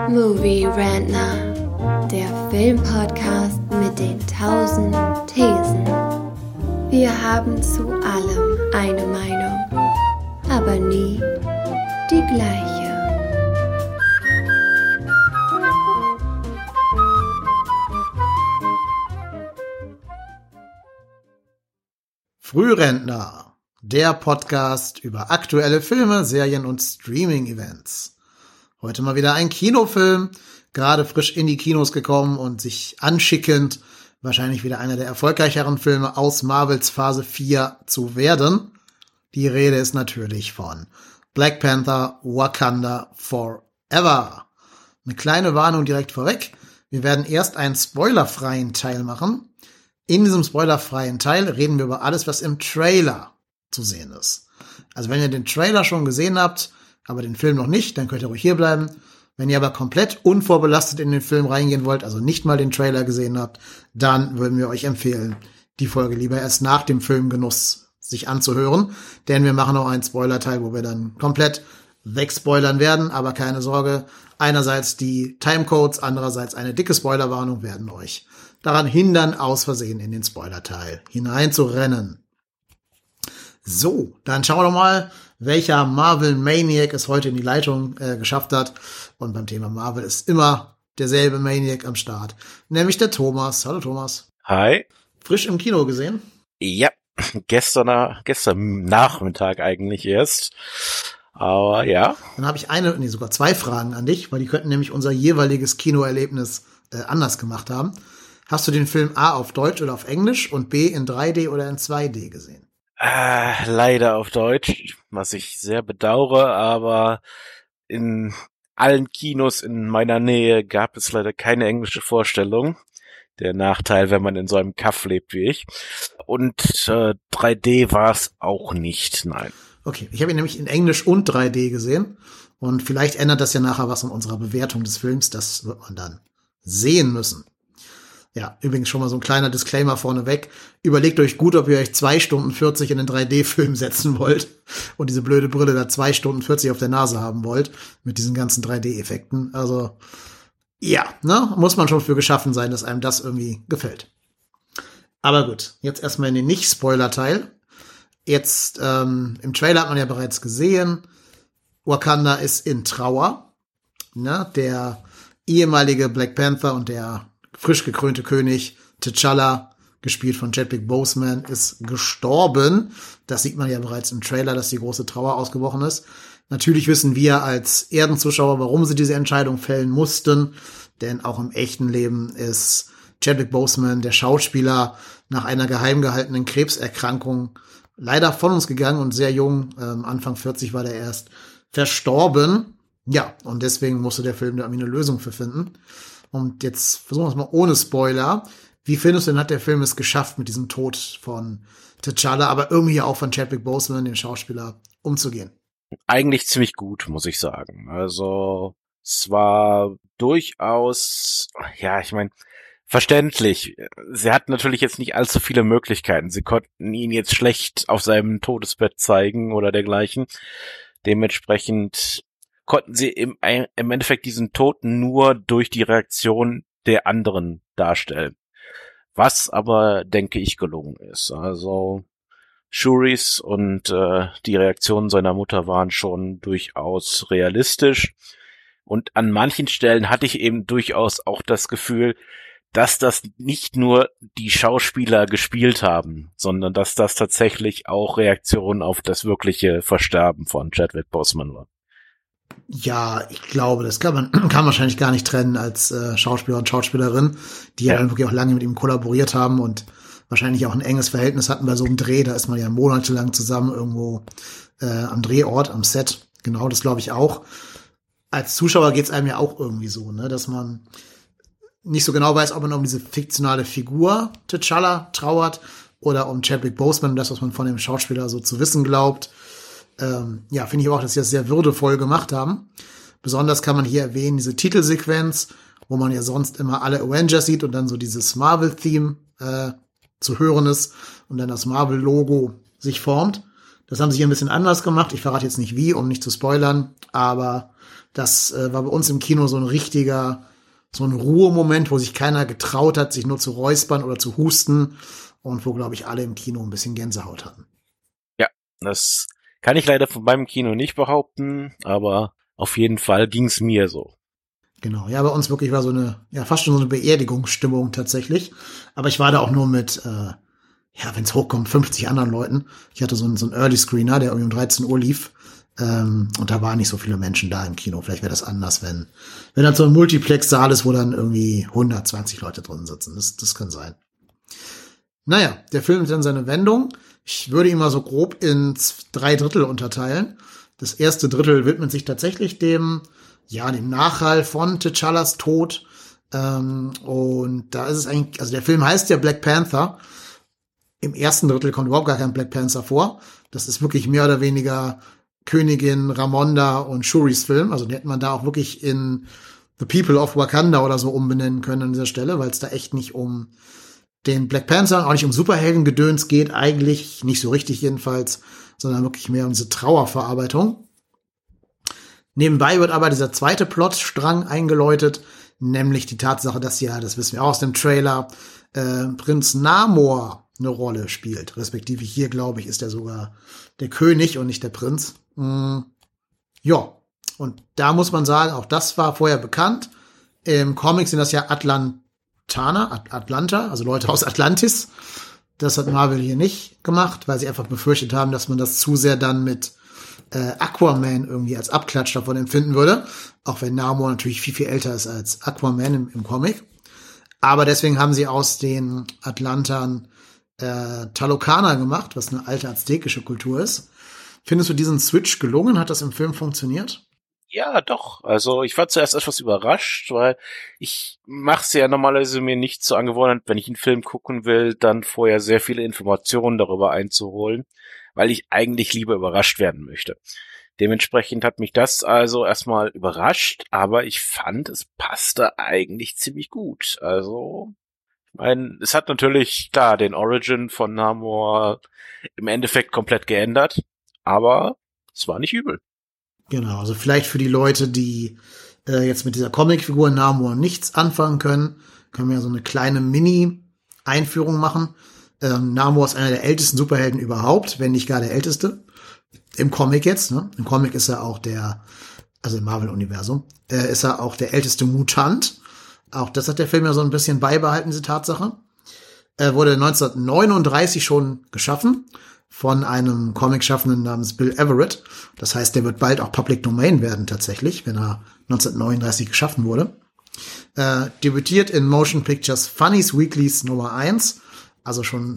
Movie Rantner, der Filmpodcast mit den 1000 Thesen. Wir haben zu allem eine Meinung, aber nie die gleiche. Frührentner, der Podcast über aktuelle Filme, Serien und Streaming-Events. Heute mal wieder ein Kinofilm, gerade frisch in die Kinos gekommen und sich anschickend, wahrscheinlich wieder einer der erfolgreicheren Filme aus Marvels Phase 4 zu werden. Die Rede ist natürlich von Black Panther: Wakanda Forever. Eine kleine Warnung direkt vorweg. Wir werden erst einen spoilerfreien Teil machen. In diesem spoilerfreien Teil reden wir über alles, was im Trailer zu sehen ist. Also wenn ihr den Trailer schon gesehen habt, aber den Film noch nicht, dann könnt ihr ruhig hier bleiben. Wenn ihr aber komplett unvorbelastet in den Film reingehen wollt, also nicht mal den Trailer gesehen habt, dann würden wir euch empfehlen, die Folge lieber erst nach dem Filmgenuss sich anzuhören. Denn wir machen auch einen Spoiler-Teil, wo wir dann komplett wegspoilern werden. Aber keine Sorge, einerseits die Timecodes, andererseits eine dicke Spoilerwarnung werden euch daran hindern, aus Versehen in den Spoiler-Teil hineinzurennen. So, dann schauen wir doch mal, welcher Marvel-Maniac es heute in die Leitung geschafft hat. Und beim Thema Marvel ist immer derselbe Maniac am Start, nämlich der Thomas. Hallo Thomas. Hi. Frisch im Kino gesehen? Ja, gestern Nachmittag eigentlich erst. Aber ja. Dann habe ich sogar zwei Fragen an dich, weil die könnten nämlich unser jeweiliges Kinoerlebnis anders gemacht haben. Hast du den Film A auf Deutsch oder auf Englisch und B in 3D oder in 2D gesehen? Leider auf Deutsch, was ich sehr bedauere, aber in allen Kinos in meiner Nähe gab es leider keine englische Vorstellung. Der Nachteil, wenn man in so einem Kaff lebt wie ich. Und 3D war es auch nicht, nein. Okay, ich habe ihn nämlich in Englisch und 3D gesehen. Und vielleicht ändert das ja nachher was an unserer Bewertung des Films. Das wird man dann sehen müssen. Ja, übrigens schon mal so ein kleiner Disclaimer vorneweg. Überlegt euch gut, ob ihr euch 2 Stunden 40 in den 3D-Film setzen wollt und diese blöde Brille da 2 Stunden 40 auf der Nase haben wollt mit diesen ganzen 3D-Effekten. Also, ja, ne, muss man schon für geschaffen sein, dass einem das irgendwie gefällt. Aber gut, jetzt erstmal in den Nicht-Spoiler-Teil. Jetzt, im Trailer hat man ja bereits gesehen, Wakanda ist in Trauer. Ne, der ehemalige Black Panther und der frisch gekrönte König T'Challa, gespielt von Chadwick Boseman, ist gestorben. Das sieht man ja bereits im Trailer, dass die große Trauer ausgebrochen ist. Natürlich wissen wir als Erdenzuschauer, warum sie diese Entscheidung fällen mussten. Denn auch im echten Leben ist Chadwick Boseman, der Schauspieler, nach einer geheim gehaltenen Krebserkrankung leider von uns gegangen und sehr jung, Anfang 40 war der erst verstorben. Ja, und deswegen musste der Film da irgendwie eine Lösung für finden. Und jetzt versuchen wir es mal ohne Spoiler. Wie findest du denn, hat der Film es geschafft, mit diesem Tod von T'Challa, aber irgendwie auch von Chadwick Boseman, dem Schauspieler, umzugehen? Eigentlich ziemlich gut, muss ich sagen. Also, es war durchaus, ja, ich meine, verständlich. Sie hatten natürlich jetzt nicht allzu viele Möglichkeiten. Sie konnten ihn jetzt schlecht auf seinem Todesbett zeigen oder dergleichen. Dementsprechend konnten sie im Endeffekt diesen Tod nur durch die Reaktion der anderen darstellen. Was aber, denke ich, gelungen ist. Also Shuris und die Reaktionen seiner Mutter waren schon durchaus realistisch. Und an manchen Stellen hatte ich eben durchaus auch das Gefühl, dass das nicht nur die Schauspieler gespielt haben, sondern dass das tatsächlich auch Reaktionen auf das wirkliche Versterben von Chadwick Boseman war. Ja, ich glaube, das kann wahrscheinlich gar nicht trennen als Schauspieler und Schauspielerin, die ja dann wirklich auch lange mit ihm kollaboriert haben und wahrscheinlich auch ein enges Verhältnis hatten bei so einem Dreh. Da ist man ja monatelang zusammen irgendwo am Drehort, am Set. Genau, das glaube ich auch. Als Zuschauer geht's einem ja auch irgendwie so, ne, dass man nicht so genau weiß, ob man um diese fiktionale Figur T'Challa trauert oder um Chadwick Boseman, das, was man von dem Schauspieler so zu wissen glaubt. Ja, finde ich auch, dass sie das sehr würdevoll gemacht haben. Besonders kann man hier erwähnen, diese Titelsequenz, wo man ja sonst immer alle Avengers sieht und dann so dieses Marvel-Theme zu hören ist und dann das Marvel-Logo sich formt. Das haben sie hier ein bisschen anders gemacht. Ich verrate jetzt nicht wie, um nicht zu spoilern, aber das war bei uns im Kino so ein Ruhemoment, wo sich keiner getraut hat, sich nur zu räuspern oder zu husten und wo, glaube ich, alle im Kino ein bisschen Gänsehaut hatten. Ja, das kann ich leider von meinem Kino nicht behaupten, aber auf jeden Fall ging's mir so. Genau, ja, bei uns wirklich war fast schon so eine Beerdigungsstimmung tatsächlich. Aber ich war da auch nur mit, wenn es hochkommt, 50 anderen Leuten. Ich hatte so einen Early Screener, der irgendwie um 13 Uhr lief. Und da waren nicht so viele Menschen da im Kino. Vielleicht wäre das anders, wenn das so ein Multiplex-Saal ist, wo dann irgendwie 120 Leute drin sitzen. Das kann sein. Naja, der Film hat dann seine Wendung. Ich würde ihn mal so grob in 3 Drittel unterteilen. Das erste Drittel widmet sich tatsächlich dem Nachhall von T'Challas Tod. Und da ist es eigentlich, also der Film heißt ja Black Panther. Im ersten Drittel kommt überhaupt gar kein Black Panther vor. Das ist wirklich mehr oder weniger Königin Ramonda und Shuris Film. Also die hätte man da auch wirklich in The People of Wakanda oder so umbenennen können an dieser Stelle, weil es da echt nicht um den Black Panther, auch nicht um Superheldengedöns geht, eigentlich nicht so richtig jedenfalls, sondern wirklich mehr um diese Trauerverarbeitung. Nebenbei wird aber dieser zweite Plotstrang eingeläutet, nämlich die Tatsache, dass das wissen wir auch aus dem Trailer, Prinz Namor eine Rolle spielt. Respektive hier, glaube ich, ist er sogar der König und nicht der Prinz. Ja, und da muss man sagen, auch das war vorher bekannt. Im Comic sind das ja Atlanta, also Leute aus Atlantis. Das hat Marvel hier nicht gemacht, weil sie einfach befürchtet haben, dass man das zu sehr dann mit Aquaman irgendwie als Abklatsch davon empfinden würde. Auch wenn Namor natürlich viel, viel älter ist als Aquaman im Comic. Aber deswegen haben sie aus den Atlantern Talokaner gemacht, was eine alte aztekische Kultur ist. Findest du diesen Switch gelungen? Hat das im Film funktioniert? Ja, doch. Also ich war zuerst etwas überrascht, weil ich mache es ja normalerweise mir nicht so angewohnt, wenn ich einen Film gucken will, dann vorher sehr viele Informationen darüber einzuholen, weil ich eigentlich lieber überrascht werden möchte. Dementsprechend hat mich das also erstmal überrascht, aber ich fand, es passte eigentlich ziemlich gut. Also, ich meine, es hat natürlich, klar, den Origin von Namor im Endeffekt komplett geändert, aber es war nicht übel. Genau, also vielleicht für die Leute, die jetzt mit dieser Comicfigur Namor nichts anfangen können wir ja so eine kleine Mini-Einführung machen. Namor ist einer der ältesten Superhelden überhaupt, wenn nicht gar der älteste. Im Comic jetzt, ne? Im Comic ist er auch im Marvel-Universum, ist er auch der älteste Mutant. Auch das hat der Film ja so ein bisschen beibehalten, diese Tatsache. Er wurde 1939 schon geschaffen von einem Comic-Schaffenden namens Bill Everett. Das heißt, der wird bald auch Public Domain werden tatsächlich, wenn er 1939 geschaffen wurde. Debütiert in Motion Pictures Funnies Weeklies Nummer 1, also schon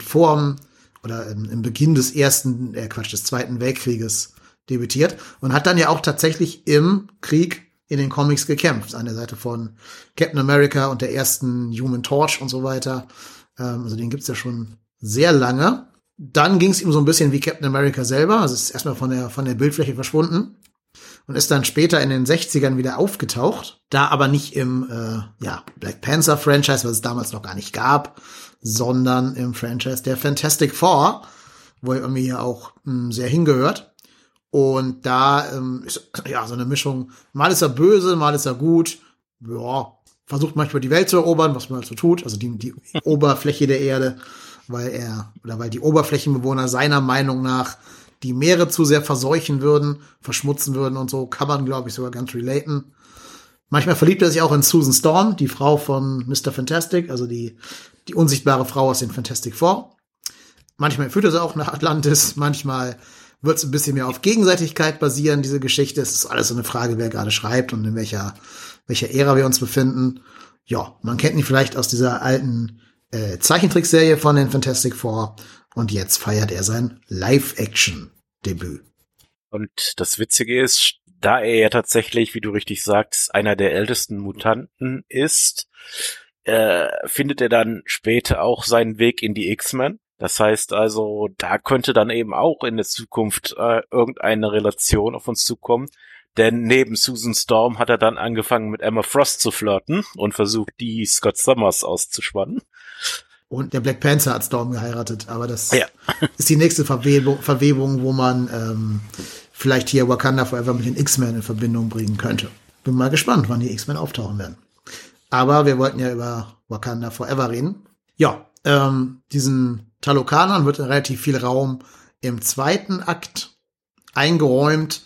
im Beginn des Zweiten Weltkrieges debütiert und hat dann ja auch tatsächlich im Krieg in den Comics gekämpft, an der Seite von Captain America und der ersten Human Torch und so weiter. Also den gibt's ja schon sehr lange. Dann ging's ihm so ein bisschen wie Captain America selber, also ist erstmal von der Bildfläche verschwunden und ist dann später in den 60ern wieder aufgetaucht, da aber nicht im Black Panther Franchise, was es damals noch gar nicht gab, sondern im Franchise der Fantastic Four, wo er irgendwie ja auch sehr hingehört. Und da ist so eine Mischung, mal ist er böse, mal ist er gut, versucht manchmal die Welt zu erobern, was man halt so tut, also die Oberfläche der Erde, weil die Oberflächenbewohner seiner Meinung nach die Meere zu sehr verseuchen würden, verschmutzen würden und so, kann man, glaube ich, sogar ganz relaten. Manchmal verliebt er sich auch in Susan Storm, die Frau von Mr. Fantastic, also die unsichtbare Frau aus den Fantastic Four. Manchmal führt er sie auch nach Atlantis, manchmal wird es ein bisschen mehr auf Gegenseitigkeit basieren, diese Geschichte. Es ist alles so eine Frage, wer gerade schreibt und in welcher Ära wir uns befinden. Ja, man kennt ihn vielleicht aus dieser alten Zeichentrickserie von den Fantastic Four und jetzt feiert er sein Live-Action-Debüt. Und das Witzige ist, da er ja tatsächlich, wie du richtig sagst, einer der ältesten Mutanten ist, findet er dann später auch seinen Weg in die X-Men. Das heißt also, da könnte dann eben auch in der Zukunft irgendeine Relation auf uns zukommen. Denn neben Susan Storm hat er dann angefangen mit Emma Frost zu flirten und versucht, die Scott Summers auszuspannen. Und der Black Panther hat Storm geheiratet, aber das Ja. ist die nächste Verwebung, wo man vielleicht hier Wakanda Forever mit den X-Men in Verbindung bringen könnte. Bin mal gespannt, wann die X-Men auftauchen werden. Aber wir wollten ja über Wakanda Forever reden. Ja, diesen Talokanern wird relativ viel Raum im zweiten Akt eingeräumt.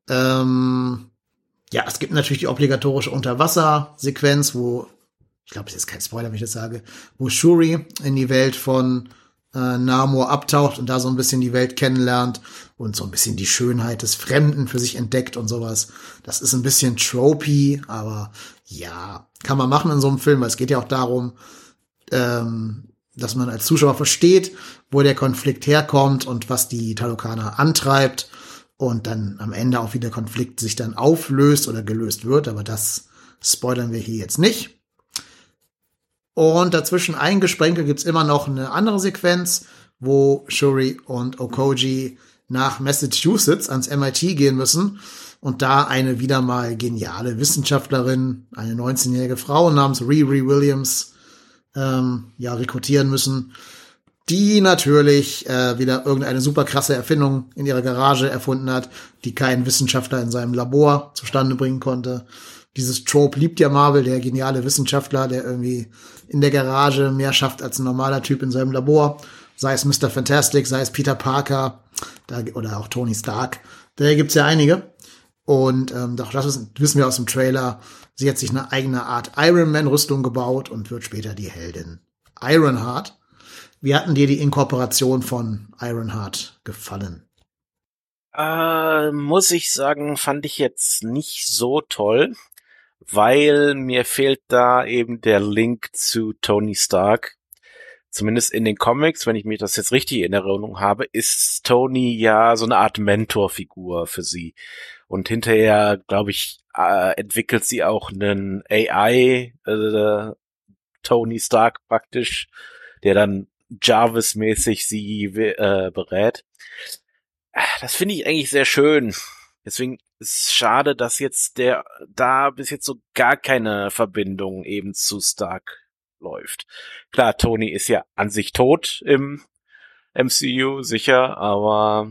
Ja, es gibt natürlich die obligatorische Unterwassersequenz, wo, ich glaube, es ist kein Spoiler, wenn ich das sage, wo Shuri in die Welt von Namor abtaucht und da so ein bisschen die Welt kennenlernt und so ein bisschen die Schönheit des Fremden für sich entdeckt und sowas. Das ist ein bisschen tropey, aber ja, kann man machen in so einem Film, weil es geht ja auch darum, dass man als Zuschauer versteht, wo der Konflikt herkommt und was die Talokaner antreibt und dann am Ende auch wie der Konflikt sich dann auflöst oder gelöst wird, aber das spoilern wir hier jetzt nicht. Und dazwischen eingesprenkelt gibt's immer noch eine andere Sequenz, wo Shuri und Okoji nach Massachusetts ans MIT gehen müssen und da eine wieder mal geniale Wissenschaftlerin, eine 19-jährige Frau namens Riri Williams, rekrutieren müssen, die natürlich wieder irgendeine super krasse Erfindung in ihrer Garage erfunden hat, die kein Wissenschaftler in seinem Labor zustande bringen konnte. Dieses Trope liebt ja Marvel, der geniale Wissenschaftler, der irgendwie in der Garage mehr schafft als ein normaler Typ in seinem Labor. Sei es Mr. Fantastic, sei es Peter Parker oder auch Tony Stark. Da gibt's ja einige. Und doch das wissen wir aus dem Trailer. Sie hat sich eine eigene Art Iron Man Rüstung gebaut und wird später die Heldin Ironheart. Wie hatten dir die Inkorporation von Ironheart gefallen? Muss ich sagen, fand ich jetzt nicht so toll, weil mir fehlt da eben der Link zu Tony Stark. Zumindest in den Comics, wenn ich mir das jetzt richtig in Erinnerung habe, ist Tony ja so eine Art Mentorfigur für sie. Und hinterher, glaube ich, entwickelt sie auch einen AI, Tony Stark praktisch, der dann Jarvis-mäßig sie berät. Das finde ich eigentlich sehr schön. Deswegen ist es schade, dass jetzt da bis jetzt so gar keine Verbindung eben zu Stark läuft. Klar, Tony ist ja an sich tot im MCU, sicher, aber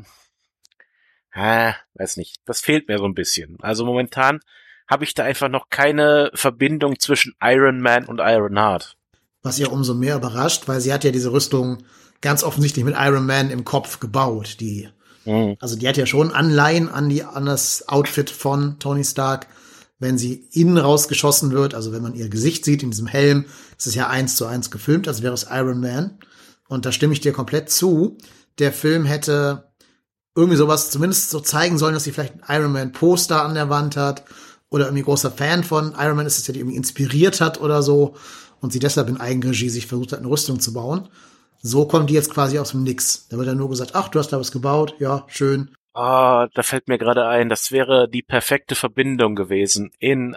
weiß nicht. Das fehlt mir so ein bisschen. Also momentan habe ich da einfach noch keine Verbindung zwischen Iron Man und Ironheart. Was ihr umso mehr überrascht, weil sie hat ja diese Rüstung ganz offensichtlich mit Iron Man im Kopf gebaut. Also die hat ja schon Anleihen an das Outfit von Tony Stark. Wenn sie innen rausgeschossen wird, also wenn man ihr Gesicht sieht in diesem Helm, ist es ja 1:1 gefilmt, als wäre es Iron Man. Und da stimme ich dir komplett zu. Der Film hätte irgendwie sowas zumindest so zeigen sollen, dass sie vielleicht ein Iron Man Poster an der Wand hat oder irgendwie großer Fan von Iron Man ist, dass der die irgendwie inspiriert hat oder so und sie deshalb in Eigenregie sich versucht hat, eine Rüstung zu bauen. So kommt die jetzt quasi aus dem Nix. Da wird dann nur gesagt, ach, du hast da was gebaut, ja, schön. Da fällt mir gerade ein, das wäre die perfekte Verbindung gewesen. In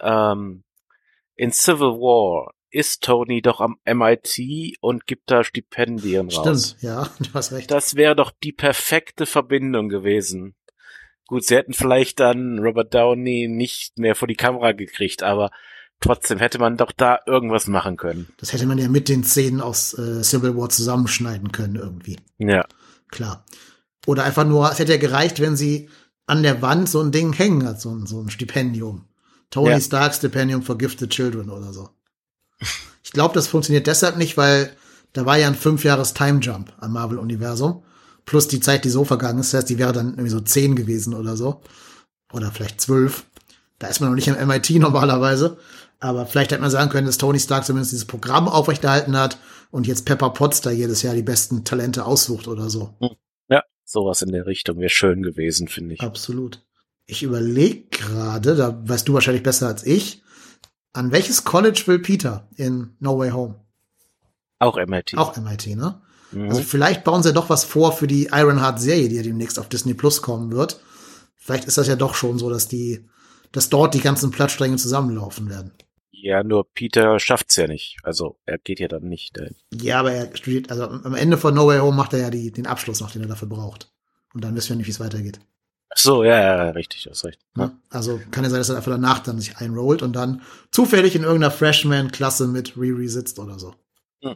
Civil War ist Tony doch am MIT und gibt da Stipendien raus. Stimmt, ja, du hast recht. Das wäre doch die perfekte Verbindung gewesen. Gut, sie hätten vielleicht dann Robert Downey nicht mehr vor die Kamera gekriegt, aber trotzdem hätte man doch da irgendwas machen können. Das hätte man ja mit den Szenen aus Civil War zusammenschneiden können irgendwie. Ja. Klar. Oder einfach nur, es hätte ja gereicht, wenn sie an der Wand so ein Ding hängen hat, so ein Stipendium. Tony Stark Stipendium for Gifted Children oder so. Ich glaube, das funktioniert deshalb nicht, weil da war ja ein 5-Jahres Time Jump am Marvel-Universum. Plus die Zeit, die so vergangen ist. Das heißt, die wäre dann irgendwie so 10 gewesen oder so. Oder vielleicht 12. Da ist man noch nicht am MIT normalerweise. Aber vielleicht hätte man sagen können, dass Tony Stark zumindest dieses Programm aufrechterhalten hat und jetzt Pepper Potts da jedes Jahr die besten Talente aussucht oder so. Ja, sowas in der Richtung wäre schön gewesen, finde ich. Absolut. Ich überlege gerade, da weißt du wahrscheinlich besser als ich, an welches College will Peter in No Way Home? Auch MIT. Auch MIT, ne? Mhm. Also vielleicht bauen sie ja doch was vor für die Ironheart-Serie, die ja demnächst auf Disney Plus kommen wird. Vielleicht ist das ja doch schon so, dass dort die ganzen Plattstränge zusammenlaufen werden. Ja, nur Peter schafft's ja nicht. Also er geht ja dann nicht dahin. Ja, aber er studiert, also am Ende von No Way Home macht er ja den Abschluss noch, den er dafür braucht. Und dann wissen wir nicht, wie es weitergeht. Ach so, ja, richtig, hast recht. Ja. Also kann ja sein, dass er einfach danach dann sich einrollt und dann zufällig in irgendeiner Freshman-Klasse mit Riri sitzt oder so.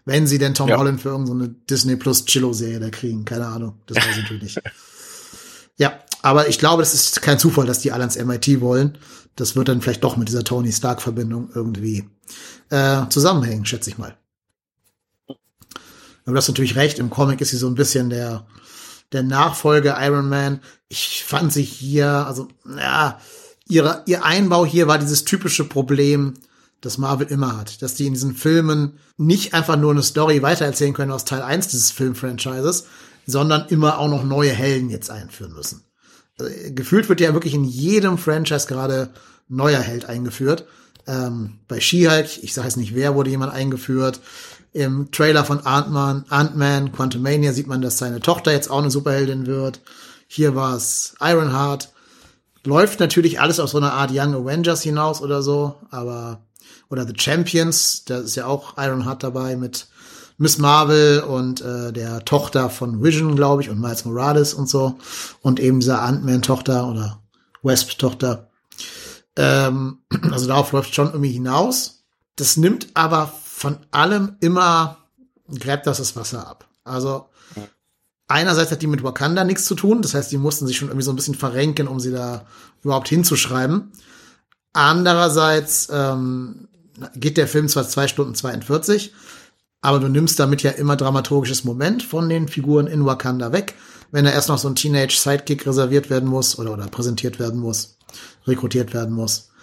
Wenn sie denn Tom Holland für irgendeine Disney Plus Chillo-Serie da kriegen. Keine Ahnung. Das weiß ich natürlich nicht. Ja, aber ich glaube, das ist kein Zufall, dass die alle ans MIT wollen. Das wird dann vielleicht doch mit dieser Tony Stark-Verbindung irgendwie zusammenhängen, schätze ich mal. Aber du hast natürlich recht, im Comic ist sie so ein bisschen der Nachfolger Iron Man. Ich fand sie hier, also, ja, ihr Einbau hier war dieses typische Problem, das Marvel immer hat, dass die in diesen Filmen nicht einfach nur eine Story weitererzählen können aus Teil 1 dieses Filmfranchises, sondern immer auch noch neue Helden jetzt einführen müssen. Also, gefühlt wird ja wirklich in jedem Franchise gerade neuer Held eingeführt. Bei She-Hulk, ich sage jetzt nicht wer, wurde jemand eingeführt. Im Trailer von Ant-Man, Quantumania sieht man, dass seine Tochter jetzt auch eine Superheldin wird. Hier war es Ironheart. Läuft natürlich alles auf so eine Art Young Avengers hinaus oder so, oder The Champions, da ist ja auch Ironheart dabei mit Miss Marvel und der Tochter von Vision, glaube ich, und Miles Morales und so. Und eben dieser Ant-Man-Tochter oder Wasp-Tochter. Also darauf läuft schon irgendwie hinaus. Das nimmt aber von allem immer, gräbt das Wasser ab. Also einerseits hat die mit Wakanda nichts zu tun. Das heißt, die mussten sich schon irgendwie so ein bisschen verrenken, um sie da überhaupt hinzuschreiben. Andererseits geht der Film zwar 2 Stunden 42, aber du nimmst damit ja immer dramaturgisches Moment von den Figuren in Wakanda weg, wenn da erst noch so ein Teenage-Sidekick reserviert werden muss oder präsentiert werden muss, rekrutiert werden muss.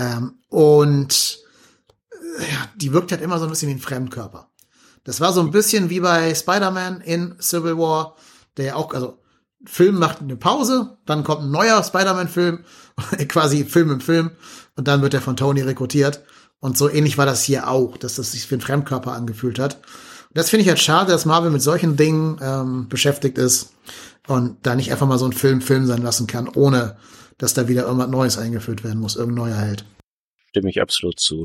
Die wirkt halt immer so ein bisschen wie ein Fremdkörper. Das war so ein bisschen wie bei Spider-Man in Civil War, der ja auch, also Film macht eine Pause, dann kommt ein neuer Spider-Man-Film, quasi Film im Film, und dann wird er von Tony rekrutiert. Und so ähnlich war das hier auch, dass das sich wie ein Fremdkörper angefühlt hat. Und das finde ich halt schade, dass Marvel mit solchen Dingen beschäftigt ist und da nicht einfach mal so ein Film sein lassen kann, ohne dass da wieder irgendwas Neues eingeführt werden muss, irgendein neuer Held. Stimme ich absolut zu.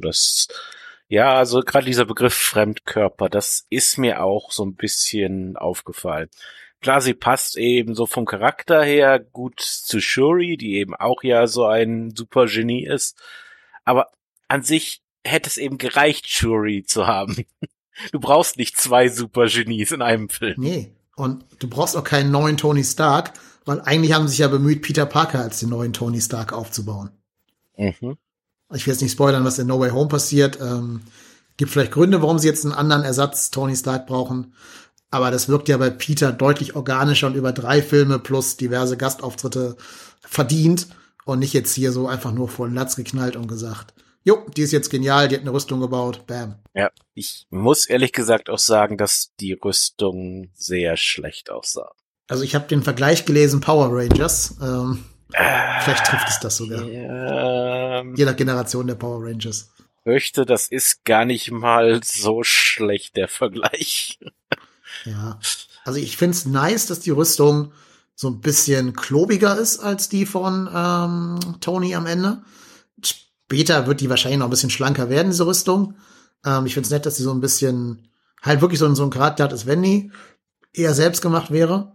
Also gerade dieser Begriff Fremdkörper, das ist mir auch so ein bisschen aufgefallen. Klar, sie passt eben so vom Charakter her gut zu Shuri, die eben auch ja so ein super Genie ist. Aber an sich hätte es eben gereicht, Shuri zu haben. Du brauchst nicht 2 super Genies in einem Film. Nee, und du brauchst auch keinen neuen Tony Stark, weil eigentlich haben sie sich ja bemüht, Peter Parker als den neuen Tony Stark aufzubauen. Mhm. Ich will jetzt nicht spoilern, was in No Way Home passiert. Gibt vielleicht Gründe, warum sie jetzt einen anderen Ersatz Tony Stark brauchen. Aber das wirkt ja bei Peter deutlich organischer und über 3 Filme plus diverse Gastauftritte verdient und nicht jetzt hier so einfach nur vor den Latz geknallt und gesagt, jo, die ist jetzt genial, die hat eine Rüstung gebaut, bam. Ja, ich muss ehrlich gesagt auch sagen, dass die Rüstung sehr schlecht aussah. Also ich habe den Vergleich gelesen, Power Rangers. Vielleicht trifft es das sogar. Je nach Generation der Power Rangers. Fürchte, das ist gar nicht mal so schlecht, der Vergleich. Ja, also ich find's nice, dass die Rüstung so ein bisschen klobiger ist als die von Tony am Ende. Später wird die wahrscheinlich noch ein bisschen schlanker werden, diese Rüstung. Ich find's nett, dass sie so ein bisschen halt wirklich so ein Charakter hat, als wenn die eher selbst gemacht wäre.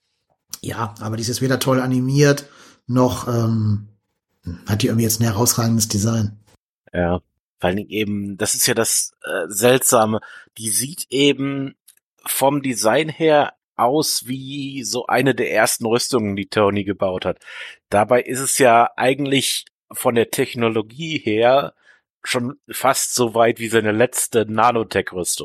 Ja, aber die ist jetzt weder toll animiert, noch hat die irgendwie jetzt ein herausragendes Design. Ja, vor allen Dingen eben, das ist ja das Seltsame, die sieht eben vom Design her aus wie so eine der ersten Rüstungen, die Tony gebaut hat. Dabei ist es ja eigentlich von der Technologie her schon fast so weit wie seine letzte Nanotech-Rüstung.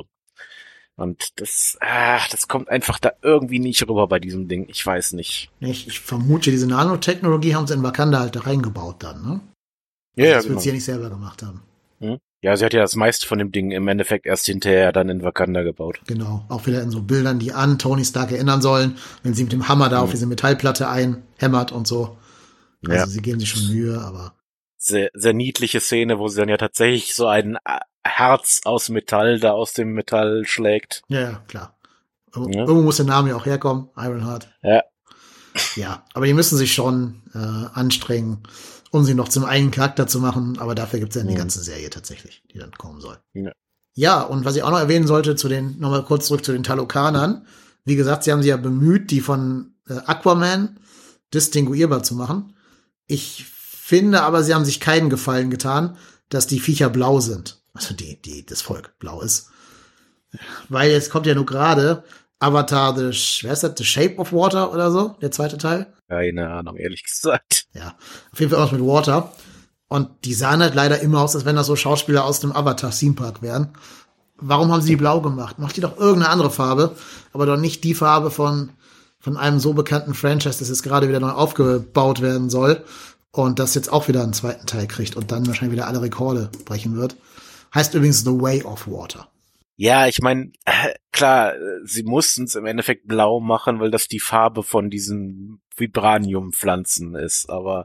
Und das kommt einfach da irgendwie nicht rüber bei diesem Ding. Ich weiß nicht. Ich vermute, diese Nanotechnologie haben sie in Wakanda halt da reingebaut dann, ne? Ja, das genau. wird sie ja nicht selber gemacht haben. Ja, sie hat ja das meiste von dem Ding im Endeffekt erst hinterher dann in Wakanda gebaut. Genau, auch wieder in so Bildern, die an Tony Stark erinnern sollen, wenn sie mit dem Hammer da auf diese Metallplatte einhämmert und so. Also sie geben sich schon Mühe, aber sehr, sehr niedliche Szene, wo sie dann ja tatsächlich so ein Herz aus Metall da aus dem Metall schlägt. Ja, klar. Irgendwo muss der Name ja auch herkommen, Ironheart. Ja. Ja, aber die müssen sich schon anstrengen, um sie noch zum eigenen Charakter zu machen, aber dafür gibt's ja eine ganze Serie tatsächlich, die dann kommen soll. Ja, und was ich auch noch erwähnen sollte, nochmal kurz zurück zu den Talokanern. Wie gesagt, sie haben sich ja bemüht, die von Aquaman distinguierbar zu machen. Ich finde aber, sie haben sich keinen Gefallen getan, dass die Viecher blau sind. Also das Volk blau ist. Weil jetzt kommt ja nur gerade Avatar, wer ist das? The Shape of Water oder so, der zweite Teil. Keine Ahnung, ehrlich gesagt. Ja, auf jeden Fall auch mit Water. Und die sahen halt leider immer aus, als wenn das so Schauspieler aus dem Avatar-Theme-Park wären. Warum haben sie die blau gemacht? Macht die doch irgendeine andere Farbe, aber doch nicht die Farbe von einem so bekannten Franchise, das jetzt gerade wieder neu aufgebaut werden soll und das jetzt auch wieder einen zweiten Teil kriegt und dann wahrscheinlich wieder alle Rekorde brechen wird. Heißt übrigens The Way of Water. Ja, ich meine, klar, sie mussten es im Endeffekt blau machen, weil das die Farbe von diesen Vibranium-Pflanzen ist, aber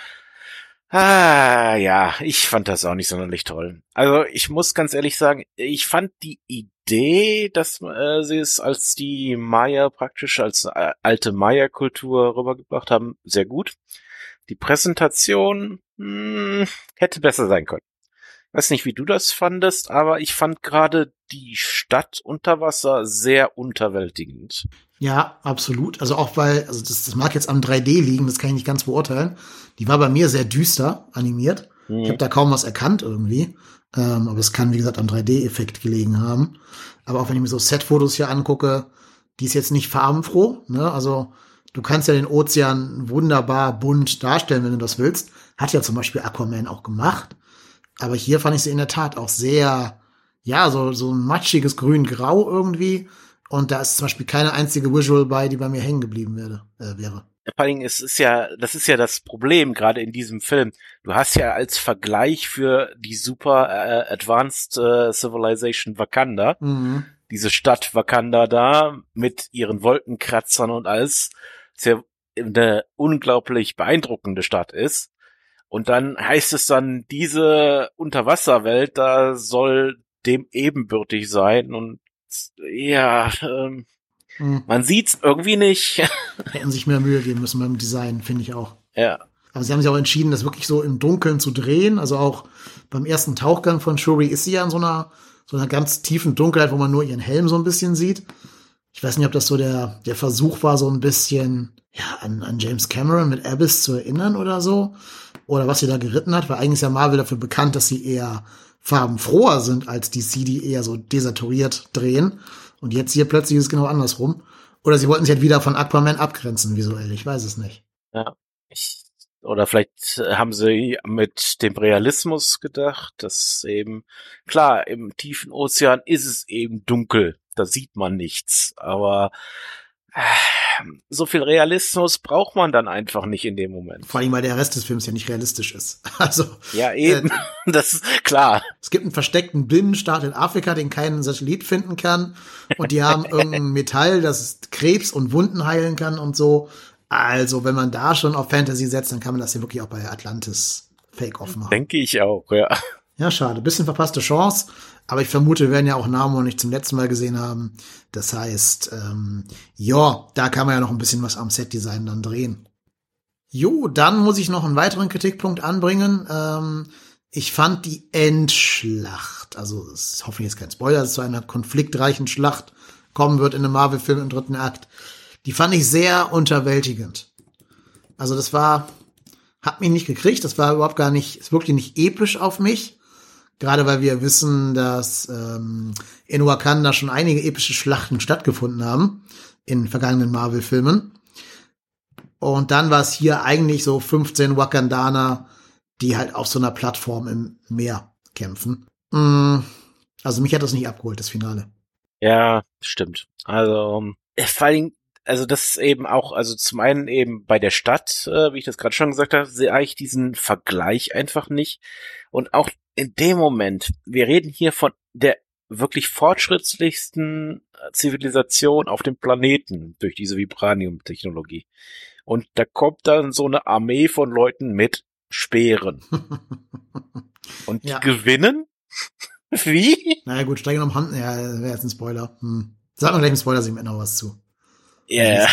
ja, ich fand das auch nicht sonderlich toll. Also ich muss ganz ehrlich sagen, ich fand die Idee, dass sie es als die Maya praktisch, als alte Maya-Kultur rübergebracht haben, sehr gut. Die Präsentation hätte besser sein können. Weiß nicht, wie du das fandest, aber ich fand gerade die Stadt unter Wasser sehr unterwältigend. Ja, absolut. Also auch weil, also das mag jetzt am 3D liegen, das kann ich nicht ganz beurteilen. Die war bei mir sehr düster animiert. Ich habe da kaum was erkannt irgendwie. Aber es kann, wie gesagt, am 3D-Effekt gelegen haben. Aber auch wenn ich mir so Set-Fotos hier angucke, die ist jetzt nicht farbenfroh. Ne? Also du kannst ja den Ozean wunderbar bunt darstellen, wenn du das willst. Hat ja zum Beispiel Aquaman auch gemacht. Aber hier fand ich sie in der Tat auch sehr, ja, so ein matschiges Grün-Grau irgendwie. Und da ist zum Beispiel keine einzige Visual bei, die bei mir hängen geblieben wäre. Vor allem, das ist ja das Problem, gerade in diesem Film. Du hast ja als Vergleich für die super Advanced Civilization Wakanda, diese Stadt Wakanda da mit ihren Wolkenkratzern und alles, was ja eine unglaublich beeindruckende Stadt ist. Und dann heißt es dann, diese Unterwasserwelt, da soll dem ebenbürtig sein und ja, man sieht's irgendwie nicht. Hätten sich mehr Mühe geben müssen beim Design, finde ich auch. Ja. Aber sie haben sich auch entschieden, das wirklich so im Dunkeln zu drehen. Also auch beim ersten Tauchgang von Shuri ist sie ja in so einer ganz tiefen Dunkelheit, wo man nur ihren Helm so ein bisschen sieht. Ich weiß nicht, ob das so der Versuch war, so ein bisschen ja an James Cameron mit Abyss zu erinnern oder so. Oder was sie da geritten hat, weil eigentlich ist ja Marvel dafür bekannt, dass sie eher farbenfroher sind als DC, die eher so desaturiert drehen. Und jetzt hier plötzlich ist es genau andersrum. Oder sie wollten sich halt wieder von Aquaman abgrenzen visuell, ich weiß es nicht. Ja, oder vielleicht haben sie mit dem Realismus gedacht, dass eben, klar, im tiefen Ozean ist es eben dunkel, da sieht man nichts, aber so viel Realismus braucht man dann einfach nicht in dem Moment. Vor allem, weil der Rest des Films ja nicht realistisch ist. Also ja, eben, das ist klar. Es gibt einen versteckten Binnenstaat in Afrika, den kein Satellit finden kann. Und die haben irgendein Metall, das Krebs und Wunden heilen kann und so. Also, wenn man da schon auf Fantasy setzt, dann kann man das ja wirklich auch bei Atlantis Fake-Off machen. Denke ich auch, ja. Ja, schade. Bisschen verpasste Chance. Aber ich vermute, wir werden ja auch Namor nicht zum letzten Mal gesehen haben. Das heißt, ja, da kann man ja noch ein bisschen was am Set-Design dann drehen. Jo, dann muss ich noch einen weiteren Kritikpunkt anbringen. Ich fand die Endschlacht, also es hoffe ich jetzt kein Spoiler, dass es zu einer konfliktreichen Schlacht kommen wird in einem Marvel-Film im 3. Akt. Die fand ich sehr unterwältigend. Also hat mich nicht gekriegt, das war überhaupt gar nicht, ist wirklich nicht episch auf mich. Gerade weil wir wissen, dass in Wakanda schon einige epische Schlachten stattgefunden haben in vergangenen Marvel-Filmen. Und dann war es hier eigentlich so 15 Wakandaner, die halt auf so einer Plattform im Meer kämpfen. Also mich hat das nicht abgeholt, das Finale. Ja, stimmt. Also vor allem, also das ist eben auch, also zum einen eben bei der Stadt, wie ich das gerade schon gesagt habe, sehe ich diesen Vergleich einfach nicht. Und auch in dem Moment, wir reden hier von der wirklich fortschrittlichsten Zivilisation auf dem Planeten durch diese Vibranium-Technologie. Und da kommt dann so eine Armee von Leuten mit Speeren. Und die gewinnen? Wie? Naja gut, streng genommen Hand, ja, wäre jetzt ein Spoiler. Sag mal gleich im Spoiler-Segment noch was zu. Ja.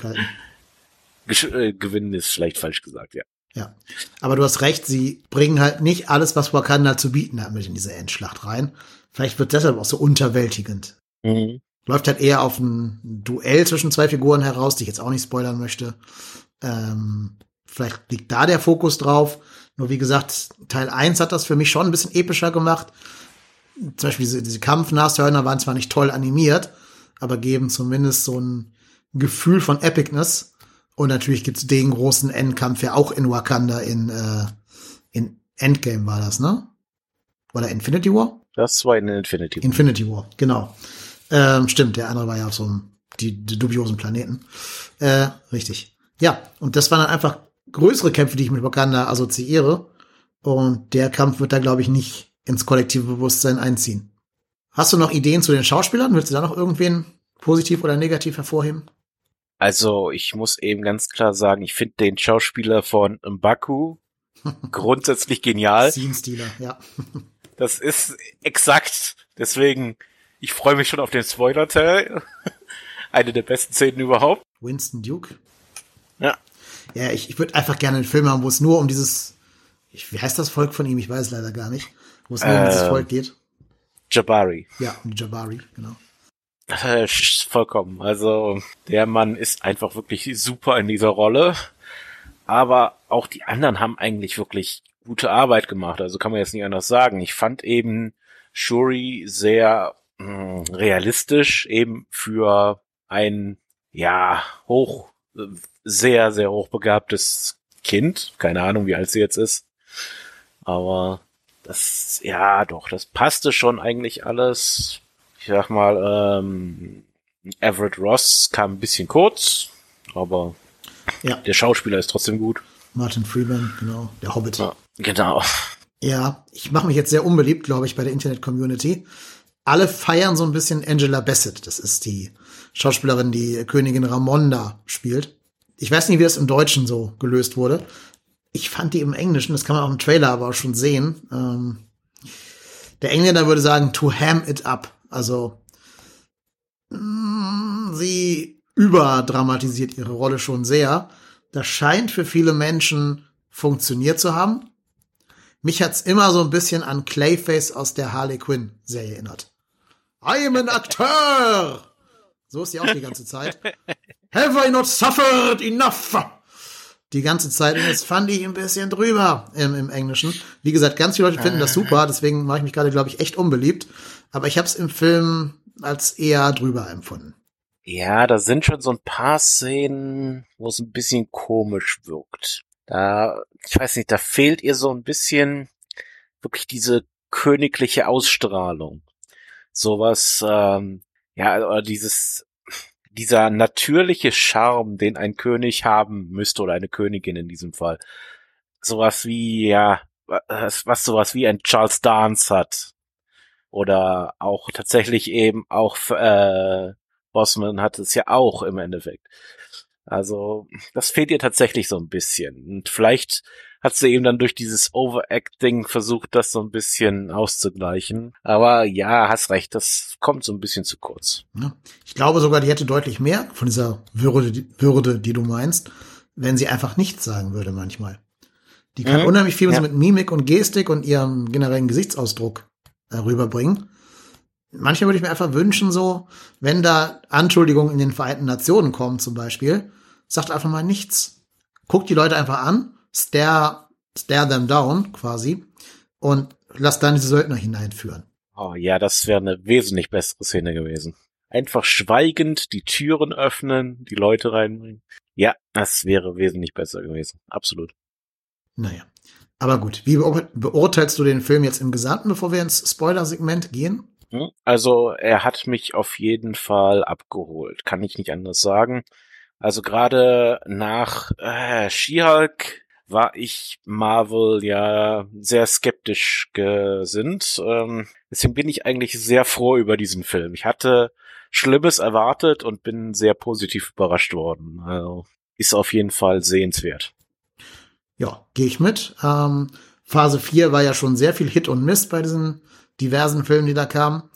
Gewinnen ist vielleicht falsch gesagt, ja. Ja, aber du hast recht, sie bringen halt nicht alles, was Wakanda zu bieten hat, mit in diese Endschlacht rein. Vielleicht wird deshalb auch so unterwältigend. Läuft halt eher auf ein Duell zwischen zwei Figuren heraus, die ich jetzt auch nicht spoilern möchte. Vielleicht liegt da der Fokus drauf. Nur wie gesagt, Teil 1 hat das für mich schon ein bisschen epischer gemacht. zum Beispiel diese Kampfnashörner waren zwar nicht toll animiert, aber geben zumindest so ein Gefühl von Epicness. Und natürlich gibt's den großen Endkampf ja auch in Wakanda in Endgame war das, ne? Oder Infinity War? Das war in Infinity War. Infinity War, genau. Stimmt, der andere war ja auf so einem, die dubiosen Planeten. Richtig. Ja, und das waren dann einfach größere Kämpfe, die ich mit Wakanda assoziiere. Und der Kampf wird da, glaube ich, nicht ins kollektive Bewusstsein einziehen. Hast du noch Ideen zu den Schauspielern? Willst du da noch irgendwen positiv oder negativ hervorheben? Also, ich muss eben ganz klar sagen, ich finde den Schauspieler von M'Baku grundsätzlich genial. Scene-Stealer, ja. Das ist exakt. Deswegen, ich freue mich schon auf den Spoiler-Teil. Eine der besten Szenen überhaupt. Winston Duke. Ja. Ja, ich würde einfach gerne einen Film haben, wo es nur um dieses, wie heißt das Volk von ihm? Ich weiß es leider gar nicht. Wo es nur um dieses Volk geht. Jabari. Ja, um die Jabari, genau. Vollkommen. Also, der Mann ist einfach wirklich super in dieser Rolle. Aber auch die anderen haben eigentlich wirklich gute Arbeit gemacht. Also kann man jetzt nicht anders sagen. Ich fand eben Shuri sehr realistisch, eben für ein, ja, sehr, sehr hochbegabtes Kind. Keine Ahnung, wie alt sie jetzt ist. Aber das, ja, doch, das passte schon eigentlich alles. Ich sag mal, Everett Ross kam ein bisschen kurz, aber ja. Der Schauspieler ist trotzdem gut. Martin Freeman, genau, der Hobbit. Ja, genau. Ja, ich mache mich jetzt sehr unbeliebt, glaube ich, bei der Internet-Community. Alle feiern so ein bisschen Angela Bassett. Das ist die Schauspielerin, die Königin Ramonda spielt. Ich weiß nicht, wie das im Deutschen so gelöst wurde. Ich fand die im Englischen, das kann man auch im Trailer aber auch schon sehen. Der Engländer würde sagen, to ham it up. Also, sie überdramatisiert ihre Rolle schon sehr. Das scheint für viele Menschen funktioniert zu haben. Mich hat's immer so ein bisschen an Clayface aus der Harley Quinn Serie erinnert. I am an actor! So ist sie auch die ganze Zeit. Have I not suffered enough? Die ganze Zeit. Und das fand ich ein bisschen drüber im Englischen. Wie gesagt, ganz viele Leute finden das super. Deswegen mache ich mich gerade, glaube ich, echt unbeliebt. Aber ich habe es im Film als eher drüber empfunden. Ja, da sind schon so ein paar Szenen, wo es ein bisschen komisch wirkt. Da, ich weiß nicht, da fehlt ihr so ein bisschen wirklich diese königliche Ausstrahlung. Sowas, ja, oder dieser natürliche Charme, den ein König haben müsste, oder eine Königin in diesem Fall. Sowas wie, ja, was sowas wie ein Charles Dance hat. Oder auch tatsächlich eben auch, Bossman hat es ja auch im Endeffekt. Also, das fehlt ihr tatsächlich so ein bisschen. Und vielleicht hat sie eben dann durch dieses Overacting versucht, das so ein bisschen auszugleichen. Aber ja, hast recht, das kommt so ein bisschen zu kurz. Ja, ich glaube sogar, die hätte deutlich mehr von dieser Würde, die du meinst, wenn sie einfach nichts sagen würde manchmal. Die kann unheimlich viel mit Mimik und Gestik und ihrem generellen Gesichtsausdruck rüberbringen. Manchmal würde ich mir einfach wünschen, so, wenn da Anschuldigungen in den Vereinten Nationen kommen zum Beispiel, sagt einfach mal nichts. Guckt die Leute einfach an, stare them down quasi und lasst dann diese Söldner hineinführen. Oh ja, das wäre eine wesentlich bessere Szene gewesen. Einfach schweigend die Türen öffnen, die Leute reinbringen. Ja, das wäre wesentlich besser gewesen. Absolut. Naja, aber gut. Wie beurteilst du den Film jetzt im Gesamten, bevor wir ins Spoiler-Segment gehen? Also, er hat mich auf jeden Fall abgeholt. Kann ich nicht anders sagen. Also gerade nach She-Hulk war ich Marvel ja sehr skeptisch gesinnt. Deswegen bin ich eigentlich sehr froh über diesen Film. Ich hatte Schlimmes erwartet und bin sehr positiv überrascht worden. Also ist auf jeden Fall sehenswert. Ja, gehe ich mit. Phase 4 war ja schon sehr viel Hit und Miss bei diesen diversen Filmen, die da kamen.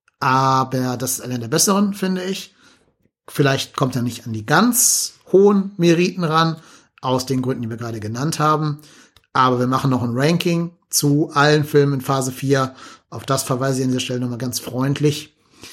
Aber das ist einer der besseren, finde ich. Vielleicht kommt er nicht an die ganz hohen Meriten ran, aus den Gründen, die wir gerade genannt haben. Aber wir machen noch ein Ranking zu allen Filmen in Phase 4. Auf das verweise ich an dieser Stelle nochmal ganz freundlich.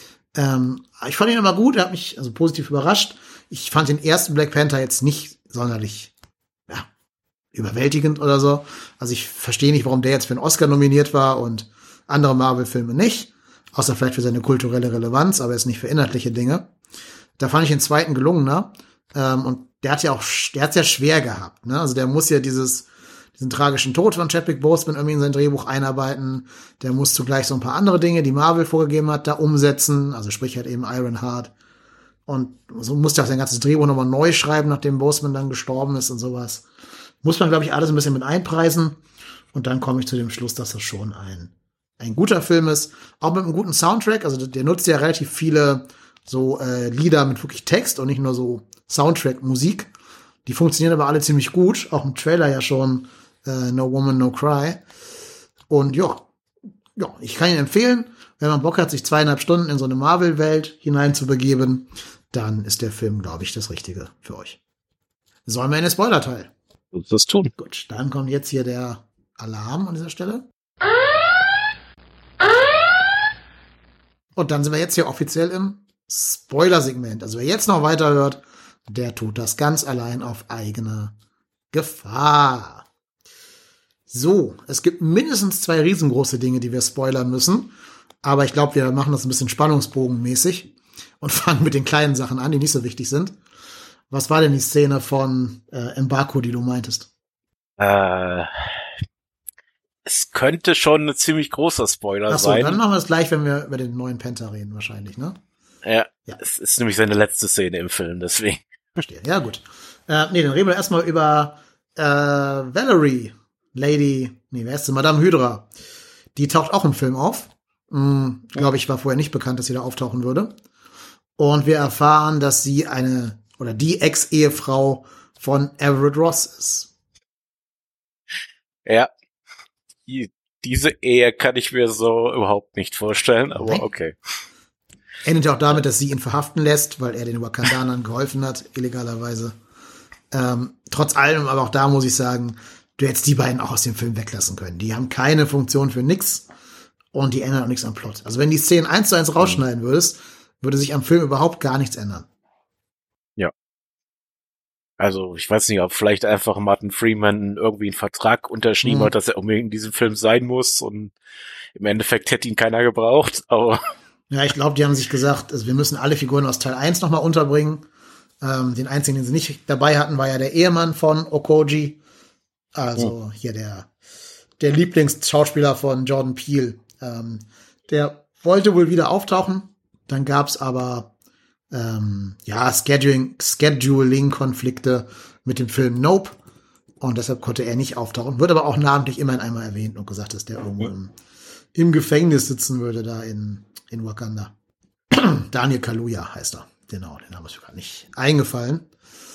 Ich fand ihn immer gut, er hat mich also positiv überrascht. Ich fand den ersten Black Panther jetzt nicht sonderlich überwältigend oder so. Also ich verstehe nicht, warum der jetzt für einen Oscar nominiert war und Andere Marvel-Filme nicht, außer vielleicht für seine kulturelle Relevanz, aber jetzt nicht für inhaltliche Dinge. Da fand ich den zweiten gelungener. Und der hat's ja schwer gehabt, ne? Also der muss ja diesen tragischen Tod von Chadwick Boseman irgendwie in sein Drehbuch einarbeiten. Der muss zugleich so ein paar andere Dinge, die Marvel vorgegeben hat, da umsetzen. Also sprich halt eben Ironheart. Und so musste er auch sein ganzes Drehbuch nochmal neu schreiben, nachdem Boseman dann gestorben ist und sowas. Muss man, glaube ich, alles ein bisschen mit einpreisen. Und dann komme ich zu dem Schluss, dass das schon ein guter Film ist. Auch mit einem guten Soundtrack. Also der nutzt ja relativ viele so Lieder mit wirklich Text und nicht nur so Soundtrack-Musik. Die funktionieren aber alle ziemlich gut. Auch im Trailer ja schon No Woman, No Cry. Und ja, ich kann ihn empfehlen. Wenn man Bock hat, sich 2,5 Stunden in so eine Marvel-Welt hineinzubegeben, dann ist der Film, glaube ich, das Richtige für euch. Sollen wir in den Spoiler-Teil? Das tun. Gut, dann kommt jetzt hier der Alarm an dieser Stelle. Und dann sind wir jetzt hier offiziell im Spoiler-Segment. Also wer jetzt noch weiterhört, der tut das ganz allein auf eigene Gefahr. So, es gibt mindestens 2 riesengroße Dinge, die wir spoilern müssen. Aber ich glaube, wir machen das ein bisschen spannungsbogenmäßig und fangen mit den kleinen Sachen an, die nicht so wichtig sind. Was war denn die Szene von M'Baku, die du meintest? Es könnte schon ein ziemlich großer Spoiler sein. Dann machen wir es gleich, wenn wir über den neuen Panther reden, wahrscheinlich, ne? Ja, es ist nämlich seine letzte Szene im Film, deswegen. Verstehe, ja gut. Dann reden wir erstmal über Valerie, wer ist sie? Madame Hydra. Die taucht auch im Film auf. Glaube ich, war vorher nicht bekannt, dass sie da auftauchen würde. Und wir erfahren, dass sie die Ex-Ehefrau von Everett Ross ist. Ja. Diese Ehe kann ich mir so überhaupt nicht vorstellen, aber okay. Endet ja auch damit, dass sie ihn verhaften lässt, weil er den Wakandanern geholfen hat, illegalerweise. Trotz allem, aber auch da muss ich sagen, du hättest die beiden auch aus dem Film weglassen können. Die haben keine Funktion für nix und die ändern auch nichts am Plot. Also wenn die Szenen 1:1 rausschneiden würdest, würde sich am Film überhaupt gar nichts ändern. Ja. Also ich weiß nicht, ob vielleicht einfach Martin Freeman irgendwie einen Vertrag unterschrieben hat, dass er unbedingt in diesem Film sein muss und im Endeffekt hätte ihn keiner gebraucht, aber ja, ich glaube, die haben sich gesagt, also wir müssen alle Figuren aus Teil 1 nochmal unterbringen. Den einzigen, den sie nicht dabei hatten, war ja der Ehemann von Okoji. Also hier der Lieblingsschauspieler von Jordan Peele. Der wollte wohl wieder auftauchen. Dann gab's aber Scheduling-Konflikte mit dem Film Nope. Und deshalb konnte er nicht auftauchen. Wird aber auch namentlich immerhin einmal erwähnt und gesagt, dass der irgendwo im Gefängnis sitzen würde, da in Wakanda. Daniel Kaluuya heißt er. Genau, den Namen ist mir gerade nicht eingefallen.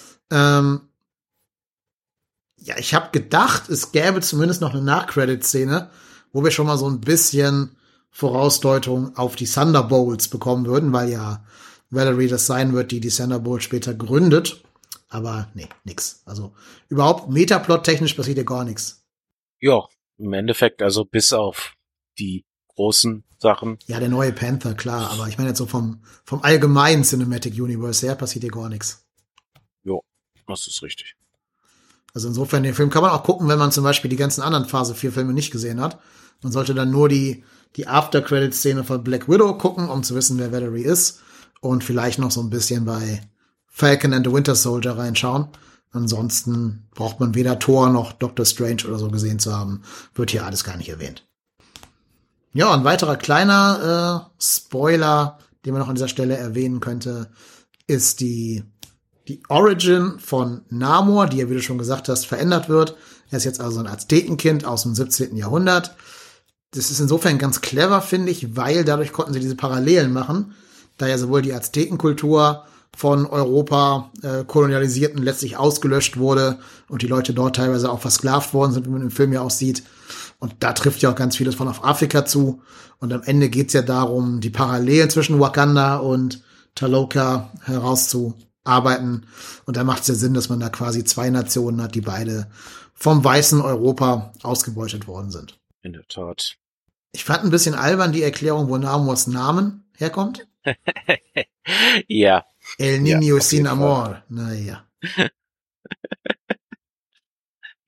Ich habe gedacht, es gäbe zumindest noch eine Nach-Credit-Szene, wo wir schon mal so ein bisschen Vorausdeutung auf die Thunderbolts bekommen würden, weil ja Valerie das sein wird, die Thunderbolts später gründet. Aber nee, nix. Also überhaupt Metaplot-technisch passiert ja gar nichts. Ja, im Endeffekt, also bis auf die großen Sachen. Ja, der neue Panther, klar. Aber ich meine jetzt so vom allgemeinen Cinematic Universe her passiert ja gar nichts. Jo, das ist richtig. Also insofern, den Film kann man auch gucken, wenn man zum Beispiel die ganzen anderen Phase 4 Filme nicht gesehen hat. Man sollte dann nur die After-Credit-Szene von Black Widow gucken, um zu wissen, wer Valerie ist. Und vielleicht noch so ein bisschen bei Falcon and the Winter Soldier reinschauen. Ansonsten braucht man weder Thor noch Doctor Strange oder so gesehen zu haben. Wird hier alles gar nicht erwähnt. Ja, ein weiterer kleiner Spoiler, den man noch an dieser Stelle erwähnen könnte, ist die Origin von Namor, die ja, wie du schon gesagt hast, verändert wird. Er ist jetzt also ein Aztekenkind aus dem 17. Jahrhundert. Das ist insofern ganz clever, finde ich, weil dadurch konnten sie diese Parallelen machen, da ja sowohl die Aztekenkultur von Europa kolonialisierten letztlich ausgelöscht wurde und die Leute dort teilweise auch versklavt worden sind, wie man im Film ja auch sieht. Und da trifft ja auch ganz vieles von auf Afrika zu. Und am Ende geht's ja darum, die Parallelen zwischen Wakanda und Taloka herauszuarbeiten. Und da macht es ja Sinn, dass man da quasi 2 Nationen hat, die beide vom weißen Europa ausgebeutet worden sind. In der Tat. Ich fand ein bisschen albern die Erklärung, wo Namors Namen herkommt. Ja. El Niño sin Amor. Naja.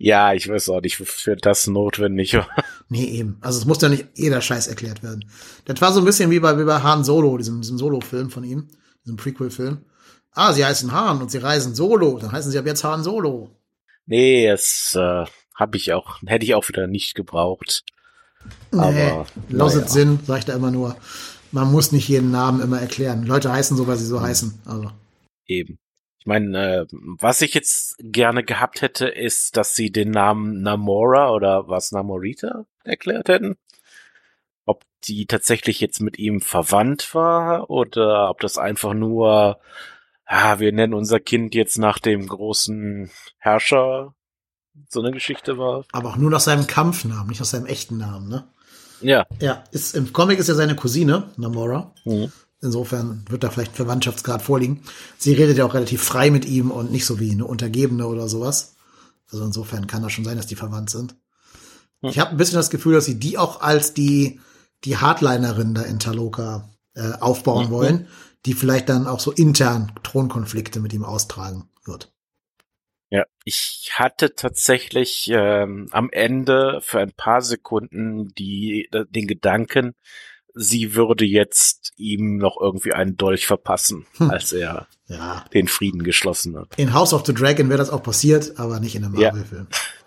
Ja, ich weiß auch nicht, wofür das notwendig war. Nee, eben. Also es muss ja nicht jeder Scheiß erklärt werden. Das war so ein bisschen wie bei Han Solo, diesem Solo-Film von ihm, diesem Prequel-Film. Ah, sie heißen Han und sie reisen Solo, dann heißen sie ab jetzt Han Solo. Nee, das hätte ich auch wieder nicht gebraucht. Aber Loset Sinn, sag ich da immer nur. Man muss nicht jeden Namen immer erklären. Leute heißen so, weil sie so heißen. Also. Eben. Ich meine, was ich jetzt gerne gehabt hätte, ist, dass sie den Namen Namora oder was Namorita erklärt hätten. Ob die tatsächlich jetzt mit ihm verwandt war oder ob das einfach nur, wir nennen unser Kind jetzt nach dem großen Herrscher, so eine Geschichte war. Aber auch nur nach seinem Kampfnamen, nicht nach seinem echten Namen, ne? Ja. Ja, im Comic ist ja seine Cousine, Namora. Mhm. Insofern wird da vielleicht Verwandtschaftsgrad vorliegen. Sie redet ja auch relativ frei mit ihm und nicht so wie eine Untergebene oder sowas. Also insofern kann das schon sein, dass die verwandt sind. Ich habe ein bisschen das Gefühl, dass sie die auch als die Hardlinerin da in Taloka aufbauen wollen, die vielleicht dann auch so intern Thronkonflikte mit ihm austragen wird. Ja, ich hatte tatsächlich am Ende für ein paar Sekunden den Gedanken, sie würde jetzt ihm noch irgendwie einen Dolch verpassen, als er den Frieden geschlossen hat. In House of the Dragon wäre das auch passiert, aber nicht in einem Marvel-Film.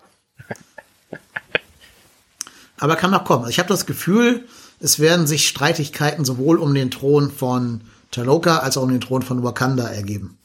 Aber kann noch kommen. Ich habe das Gefühl, es werden sich Streitigkeiten sowohl um den Thron von Taloka als auch um den Thron von Wakanda ergeben.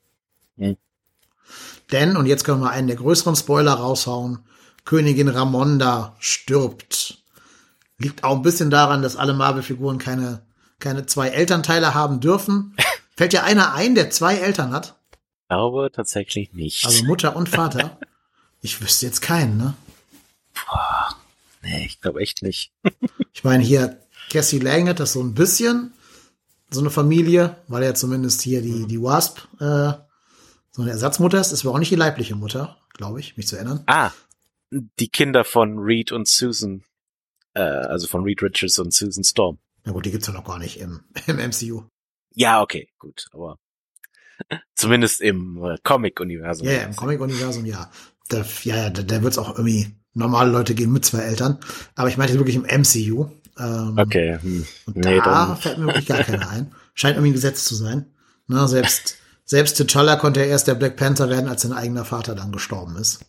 Denn, und jetzt können wir einen der größeren Spoiler raushauen, Königin Ramonda stirbt. Liegt auch ein bisschen daran, dass alle Marvel-Figuren keine 2 Elternteile haben dürfen. Fällt ja einer ein, der 2 Eltern hat? Ich glaube tatsächlich nicht. Also Mutter und Vater? Ich wüsste jetzt keinen, ne? Boah, nee, ich glaube echt nicht. Ich meine, hier Cassie Lang hat das so ein bisschen, so eine Familie, weil ja zumindest hier die Wasp so eine Ersatzmutter ist. Das war auch nicht die leibliche Mutter, glaube ich, mich zu erinnern. Die Kinder von Reed und Susan. Also von Reed Richards und Susan Storm. Na gut, die gibt's ja noch gar nicht im MCU. Ja, okay, gut, aber zumindest im Comic-Universum. Ja, im Comic-Universum, ja. Da wird's auch irgendwie normale Leute geben mit 2 Eltern. Aber ich meinte wirklich im MCU. Okay. Und da fällt mir wirklich gar keiner ein. Scheint irgendwie ein Gesetz zu sein. Na, selbst T'Challa konnte ja erst der Black Panther werden, als sein eigener Vater dann gestorben ist.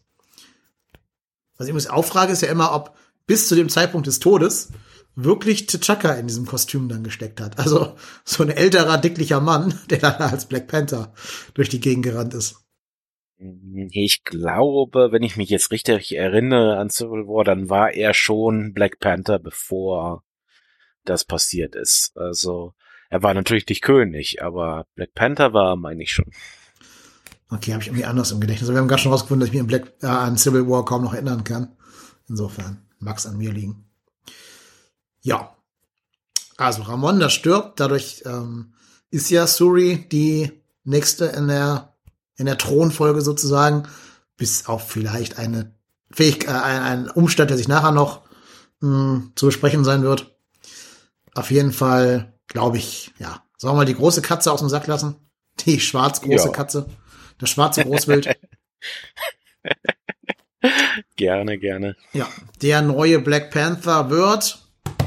Was ich mich auch frage, ist ja immer, ob bis zu dem Zeitpunkt des Todes wirklich T'Chaka in diesem Kostüm dann gesteckt hat. Also so ein älterer, dicklicher Mann, der dann als Black Panther durch die Gegend gerannt ist. Ich glaube, wenn ich mich jetzt richtig erinnere an Civil War, dann war er schon Black Panther, bevor das passiert ist. Also er war natürlich nicht König, aber Black Panther war, meine ich schon. Okay, habe ich irgendwie anders im Gedächtnis. Wir haben gerade schon rausgefunden, dass ich mich an Civil War kaum noch erinnern kann. Insofern mag's an mir liegen. Ja. Also Ramonda stirbt, dadurch ist ja Shuri die nächste in der Thronfolge sozusagen, bis auf vielleicht ein Umstand, der sich nachher noch zu besprechen sein wird. Auf jeden Fall, glaube ich, ja, sollen wir mal die große Katze aus dem Sack lassen? Die schwarz-große Katze. Das schwarze Großwild. Gerne. Ja, der neue Black Panther wird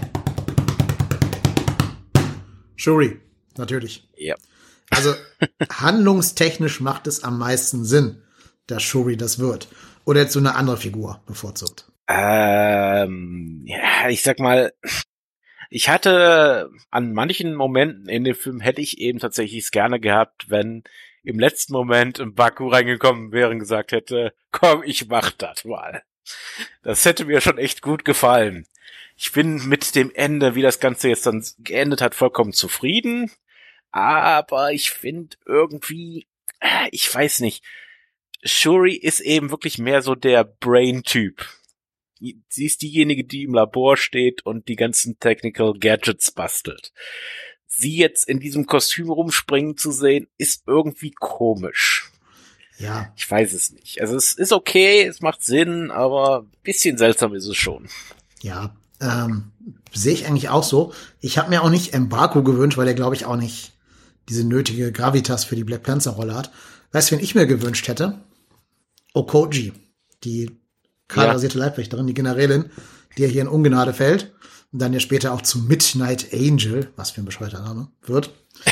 Shuri, natürlich. Ja. Also handlungstechnisch macht es am meisten Sinn, dass Shuri das wird. Oder jetzt so eine andere Figur bevorzugt. Ja, ich sag mal, ich hatte an manchen Momenten in dem Film hätte ich eben tatsächlich es gerne gehabt, wenn im letzten Moment ein Baku reingekommen wäre und gesagt hätte, komm, ich mach das mal. Das hätte mir schon echt gut gefallen. Ich bin mit dem Ende, wie das Ganze jetzt dann geendet hat, vollkommen zufrieden. Aber ich finde irgendwie, ich weiß nicht, Shuri ist eben wirklich mehr so der Brain-Typ. Sie ist diejenige, die im Labor steht und die ganzen Technical Gadgets bastelt. Sie jetzt in diesem Kostüm rumspringen zu sehen, ist irgendwie komisch. Ja. Ich weiß es nicht. Also es ist okay, es macht Sinn, aber ein bisschen seltsam ist es schon. Ja, sehe ich eigentlich auch so. Ich habe mir auch nicht M'Baku gewünscht, weil der, glaube ich, auch nicht diese nötige Gravitas für die Black Panther-Rolle hat. Weißt du, wen ich mir gewünscht hätte? Okoji, die kahlrasierte Leibwächterin, die Generälin, die ja hier in Ungnade fällt und dann ja später auch zu Midnight Angel, was für ein bescheuerter Name, wird.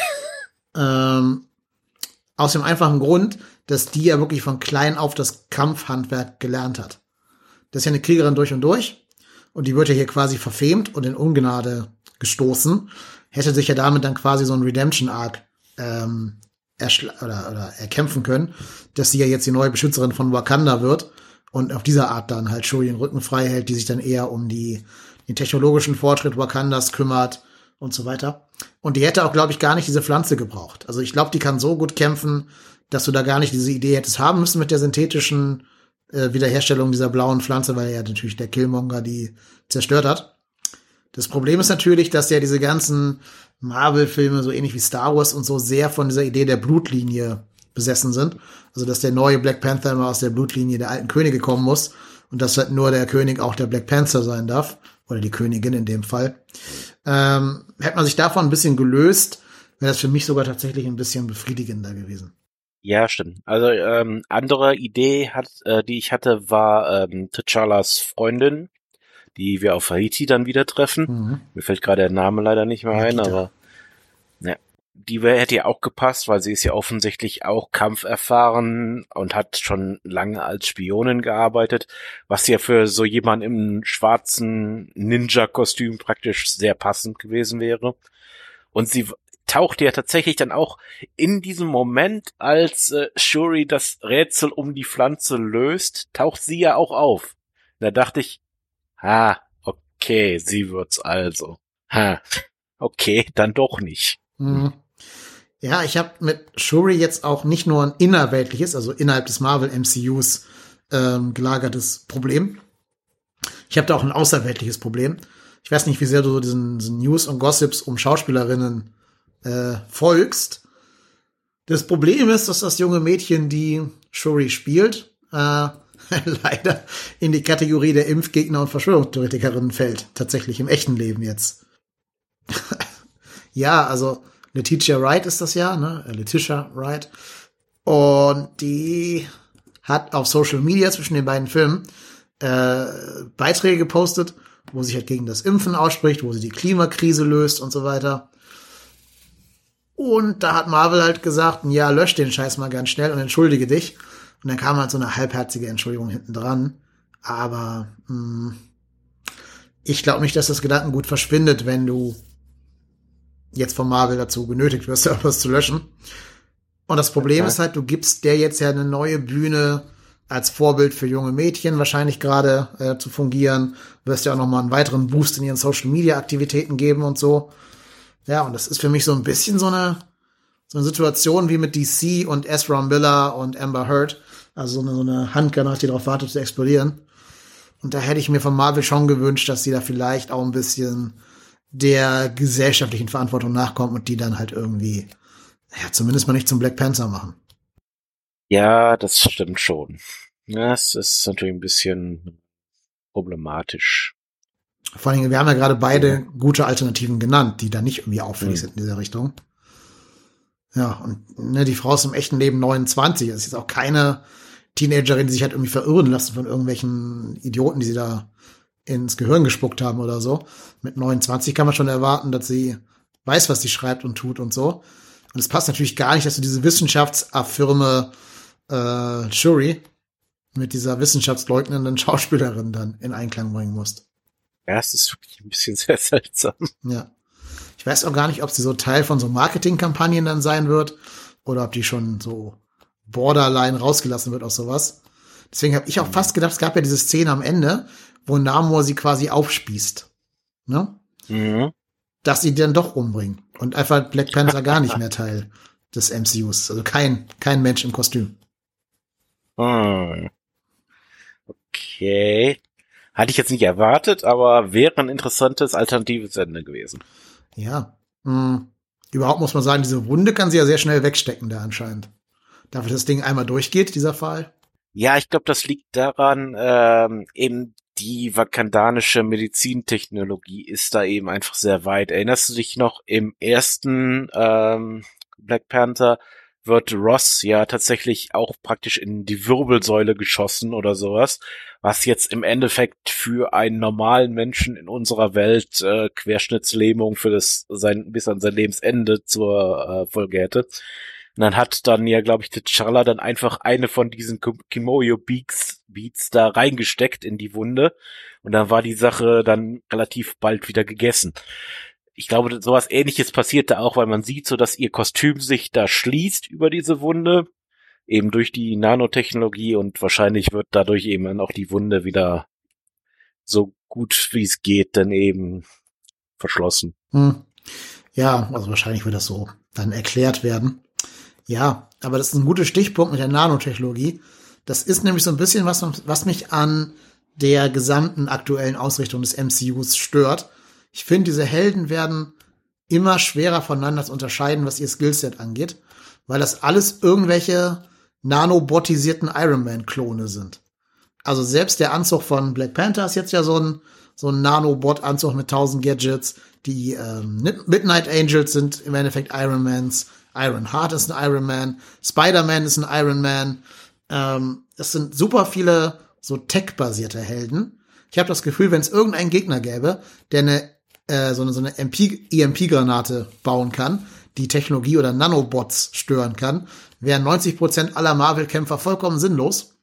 Aus dem einfachen Grund, dass die ja wirklich von klein auf das Kampfhandwerk gelernt hat. Das ist ja eine Kriegerin durch und durch und die wird ja hier quasi verfemt und in Ungnade gestoßen. Hätte sich ja damit dann quasi so ein Redemption-Arc erkämpfen können, dass sie ja jetzt die neue Beschützerin von Wakanda wird und auf dieser Art dann halt Shuri den Rücken frei hält, die sich dann eher um den technologischen Fortschritt Wakandas kümmert und so weiter. Und die hätte auch, glaube ich, gar nicht diese Pflanze gebraucht. Also ich glaube, die kann so gut kämpfen, dass du da gar nicht diese Idee hättest haben müssen mit der synthetischen Wiederherstellung dieser blauen Pflanze, weil ja natürlich der Killmonger die zerstört hat. Das Problem ist natürlich, dass ja diese ganzen Marvel-Filme, so ähnlich wie Star Wars und so, sehr von dieser Idee der Blutlinie besessen sind. Also, dass der neue Black Panther immer aus der Blutlinie der alten Könige kommen muss und dass halt nur der König auch der Black Panther sein darf. Oder die Königin in dem Fall. Hätte man sich davon ein bisschen gelöst, wäre das für mich sogar tatsächlich ein bisschen befriedigender gewesen. Ja, stimmt. Also andere Idee, die ich hatte, war T'Challas Freundin, die wir auf Haiti dann wieder treffen. Mhm. Mir fällt gerade der Name leider nicht mehr ein, aber ja, die hätte ja auch gepasst, weil sie ist ja offensichtlich auch kampferfahren und hat schon lange als Spionin gearbeitet, was ja für so jemanden im schwarzen Ninja-Kostüm praktisch sehr passend gewesen wäre. Und sie tauchte ja tatsächlich dann auch in diesem Moment, als Shuri das Rätsel um die Pflanze löst, taucht sie ja auch auf. Da dachte ich, okay, sie wird's also. Okay, dann doch nicht. Mhm. Ja, ich habe mit Shuri jetzt auch nicht nur ein innerweltliches, also innerhalb des Marvel-MCUs gelagertes Problem. Ich habe da auch ein außerweltliches Problem. Ich weiß nicht, wie sehr du so diesen News und Gossips um Schauspielerinnen folgst. Das Problem ist, dass das junge Mädchen, die Shuri spielt, leider in die Kategorie der Impfgegner und Verschwörungstheoretikerinnen fällt. Tatsächlich im echten Leben jetzt. Ja, also Letitia Wright ist das ja, ne? Letitia Wright. Und die hat auf Social Media zwischen den beiden Filmen Beiträge gepostet, wo sie sich halt gegen das Impfen ausspricht, wo sie die Klimakrise löst und so weiter. Und da hat Marvel halt gesagt, ja, lösch den Scheiß mal ganz schnell und entschuldige dich. Und dann kam halt so eine halbherzige Entschuldigung hinten dran. Aber ich glaube nicht, dass das Gedankengut verschwindet, wenn du jetzt von Marvel dazu genötigt wirst, etwas zu löschen. Und das Problem ist halt, du gibst der jetzt ja eine neue Bühne als Vorbild für junge Mädchen wahrscheinlich gerade zu fungieren. Wirst ja auch noch mal einen weiteren Boost in ihren Social-Media-Aktivitäten geben und so. Ja, und das ist für mich so ein bisschen so eine Situation wie mit DC und Ezra Miller und Amber Heard. Also so eine Handgranate, die darauf wartet zu explodieren. Und da hätte ich mir von Marvel schon gewünscht, dass sie da vielleicht auch ein bisschen der gesellschaftlichen Verantwortung nachkommt und die dann halt irgendwie, ja, zumindest mal nicht zum Black Panther machen. Ja, das stimmt schon. Das ist natürlich ein bisschen problematisch. Vor allem, wir haben ja gerade beide gute Alternativen genannt, die da nicht irgendwie auffällig sind in dieser Richtung. Ja, und ne, die Frau ist im echten Leben 29. Das ist jetzt auch keine Teenagerin, die sich halt irgendwie verirren lassen von irgendwelchen Idioten, die sie da ins Gehirn gespuckt haben oder so. Mit 29 kann man schon erwarten, dass sie weiß, was sie schreibt und tut und so. Und es passt natürlich gar nicht, dass du diese wissenschaftsaffirme Shuri mit dieser wissenschaftsleugnenden Schauspielerin dann in Einklang bringen musst. Ja, es ist wirklich ein bisschen sehr seltsam. Ja. Ich weiß auch gar nicht, ob sie so Teil von so Marketingkampagnen dann sein wird oder ob die schon so borderline rausgelassen wird aus sowas. Deswegen habe ich auch fast gedacht, es gab ja diese Szene am Ende, wo Namor sie quasi aufspießt. Ne? Mhm. Dass sie dann doch umbringen. Und einfach Black Panther gar nicht mehr Teil des MCUs. Also kein Mensch im Kostüm. Okay. Hatte ich jetzt nicht erwartet, aber wäre ein interessantes alternatives Ende gewesen. Ja. Überhaupt muss man sagen, diese Wunde kann sie ja sehr schnell wegstecken da anscheinend. Dafür, dass das Ding einmal durchgeht, dieser Fall. Ja, ich glaube, das liegt daran, eben die wakandanische Medizintechnologie ist da eben einfach sehr weit. Erinnerst du dich noch im ersten Black Panther, wird Ross ja tatsächlich auch praktisch in die Wirbelsäule geschossen oder sowas, was jetzt im Endeffekt für einen normalen Menschen in unserer Welt Querschnittslähmung für bis an sein Lebensende zur Folge hätte. Und dann hat dann ja, glaube ich, T'Challa dann einfach eine von diesen Kimoyo Beats da reingesteckt in die Wunde und dann war die Sache dann relativ bald wieder gegessen. Ich glaube, sowas Ähnliches passiert da auch, weil man sieht so, dass ihr Kostüm sich da schließt über diese Wunde, eben durch die Nanotechnologie und wahrscheinlich wird dadurch eben dann auch die Wunde wieder so gut wie es geht dann eben verschlossen. Ja, also wahrscheinlich wird das so dann erklärt werden. Ja, aber das ist ein guter Stichpunkt mit der Nanotechnologie. Das ist nämlich so ein bisschen was mich an der gesamten aktuellen Ausrichtung des MCUs stört. Ich finde, diese Helden werden immer schwerer voneinander zu unterscheiden, was ihr Skillset angeht, weil das alles irgendwelche nanobotisierten Iron Man-Klone sind. Also selbst der Anzug von Black Panther ist jetzt ja so ein Nanobot-Anzug mit 1000 Gadgets. Die Midnight Angels sind im Endeffekt Iron Mans. Ironheart ist ein Iron Man. Spider-Man ist ein Iron Man. Das sind super viele so tech-basierte Helden. Ich habe das Gefühl, wenn es irgendeinen Gegner gäbe, der so eine EMP-Granate bauen kann, die Technologie oder Nanobots stören kann, wären 90% aller Marvel-Kämpfer vollkommen sinnlos.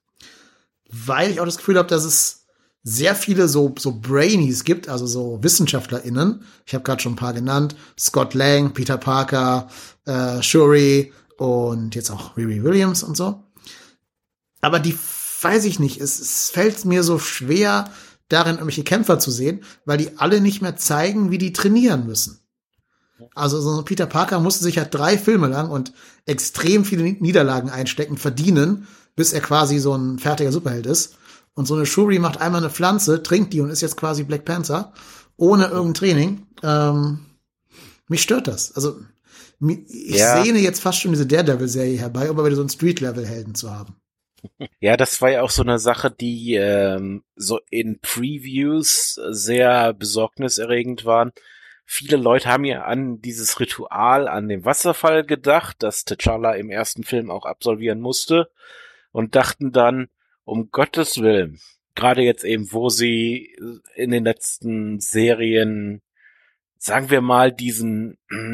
Weil ich auch das Gefühl habe, dass es sehr viele so Brainies gibt, also so WissenschaftlerInnen. Ich habe gerade schon ein paar genannt. Scott Lang, Peter Parker, Shuri und jetzt auch Riri Williams und so. Aber die, weiß ich nicht, es fällt mir so schwer, darin irgendwelche Kämpfer zu sehen, weil die alle nicht mehr zeigen, wie die trainieren müssen. Also so Peter Parker musste sich ja 3 Filme lang und extrem viele Niederlagen einstecken, verdienen, bis er quasi so ein fertiger Superheld ist. Und so eine Shuri macht einmal eine Pflanze, trinkt die und ist jetzt quasi Black Panther, ohne irgendein Training. Mich stört das. Also ich sehne jetzt fast schon diese Daredevil-Serie herbei, um aber wieder so einen Street-Level-Helden zu haben. Ja, das war ja auch so eine Sache, die so in Previews sehr besorgniserregend waren. Viele Leute haben ja an dieses Ritual an dem Wasserfall gedacht, das T'Challa im ersten Film auch absolvieren musste und dachten dann, um Gottes Willen, gerade jetzt eben, wo sie in den letzten Serien, sagen wir mal, diesen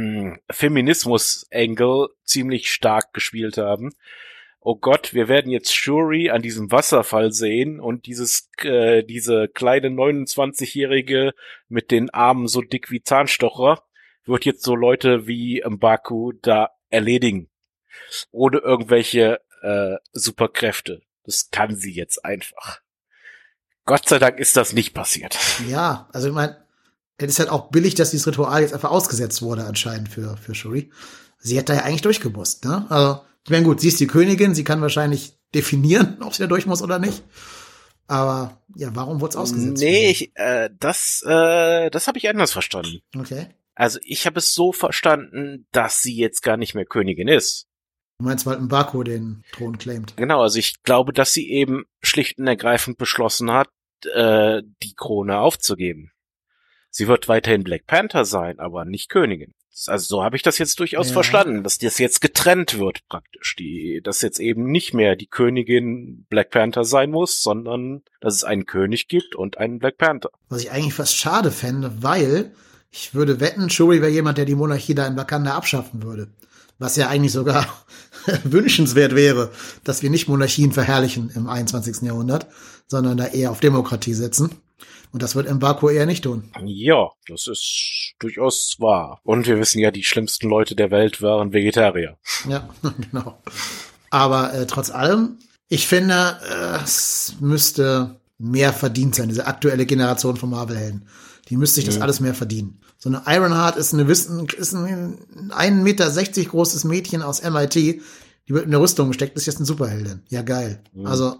Feminismus-Angle ziemlich stark gespielt haben. Oh Gott, wir werden jetzt Shuri an diesem Wasserfall sehen und diese kleine 29-Jährige mit den Armen so dick wie Zahnstocher wird jetzt so Leute wie M'Baku da erledigen. Ohne irgendwelche Superkräfte. Das kann sie jetzt einfach. Gott sei Dank ist das nicht passiert. Ja, also ich meine, es ist halt auch billig, dass dieses Ritual jetzt einfach ausgesetzt wurde anscheinend für Shuri. Sie hätte da ja eigentlich durchgemusst, ne? Also ich meine, gut, sie ist die Königin, sie kann wahrscheinlich definieren, ob sie da durch muss oder nicht. Aber ja, warum wurde es ausgesetzt? Nee, das habe ich anders verstanden. Okay. Also ich habe es so verstanden, dass sie jetzt gar nicht mehr Königin ist. Du meinst, weil M'Baku den Thron claimt? Genau, also ich glaube, dass sie eben schlicht und ergreifend beschlossen hat, die Krone aufzugeben. Sie wird weiterhin Black Panther sein, aber nicht Königin. Also so habe ich das jetzt durchaus verstanden, dass das jetzt getrennt wird praktisch, dass jetzt eben nicht mehr die Königin Black Panther sein muss, sondern dass es einen König gibt und einen Black Panther. Was ich eigentlich fast schade fände, weil ich würde wetten, Shuri wäre jemand, der die Monarchie da in Wakanda abschaffen würde. Was ja eigentlich sogar wünschenswert wäre, dass wir nicht Monarchien verherrlichen im 21. Jahrhundert, sondern da eher auf Demokratie setzen. Und das wird M'Baku eher nicht tun. Ja, das ist durchaus wahr. Und wir wissen ja, die schlimmsten Leute der Welt waren Vegetarier. Ja, genau. Aber trotz allem, ich finde, es müsste mehr verdient sein, diese aktuelle Generation von Marvel-Helden. Die müsste sich das alles mehr verdienen. So eine Ironheart ist ein 1,60 Meter großes Mädchen aus MIT, die wird in eine Rüstung gesteckt, ist jetzt eine Superheldin. Ja, geil. Also,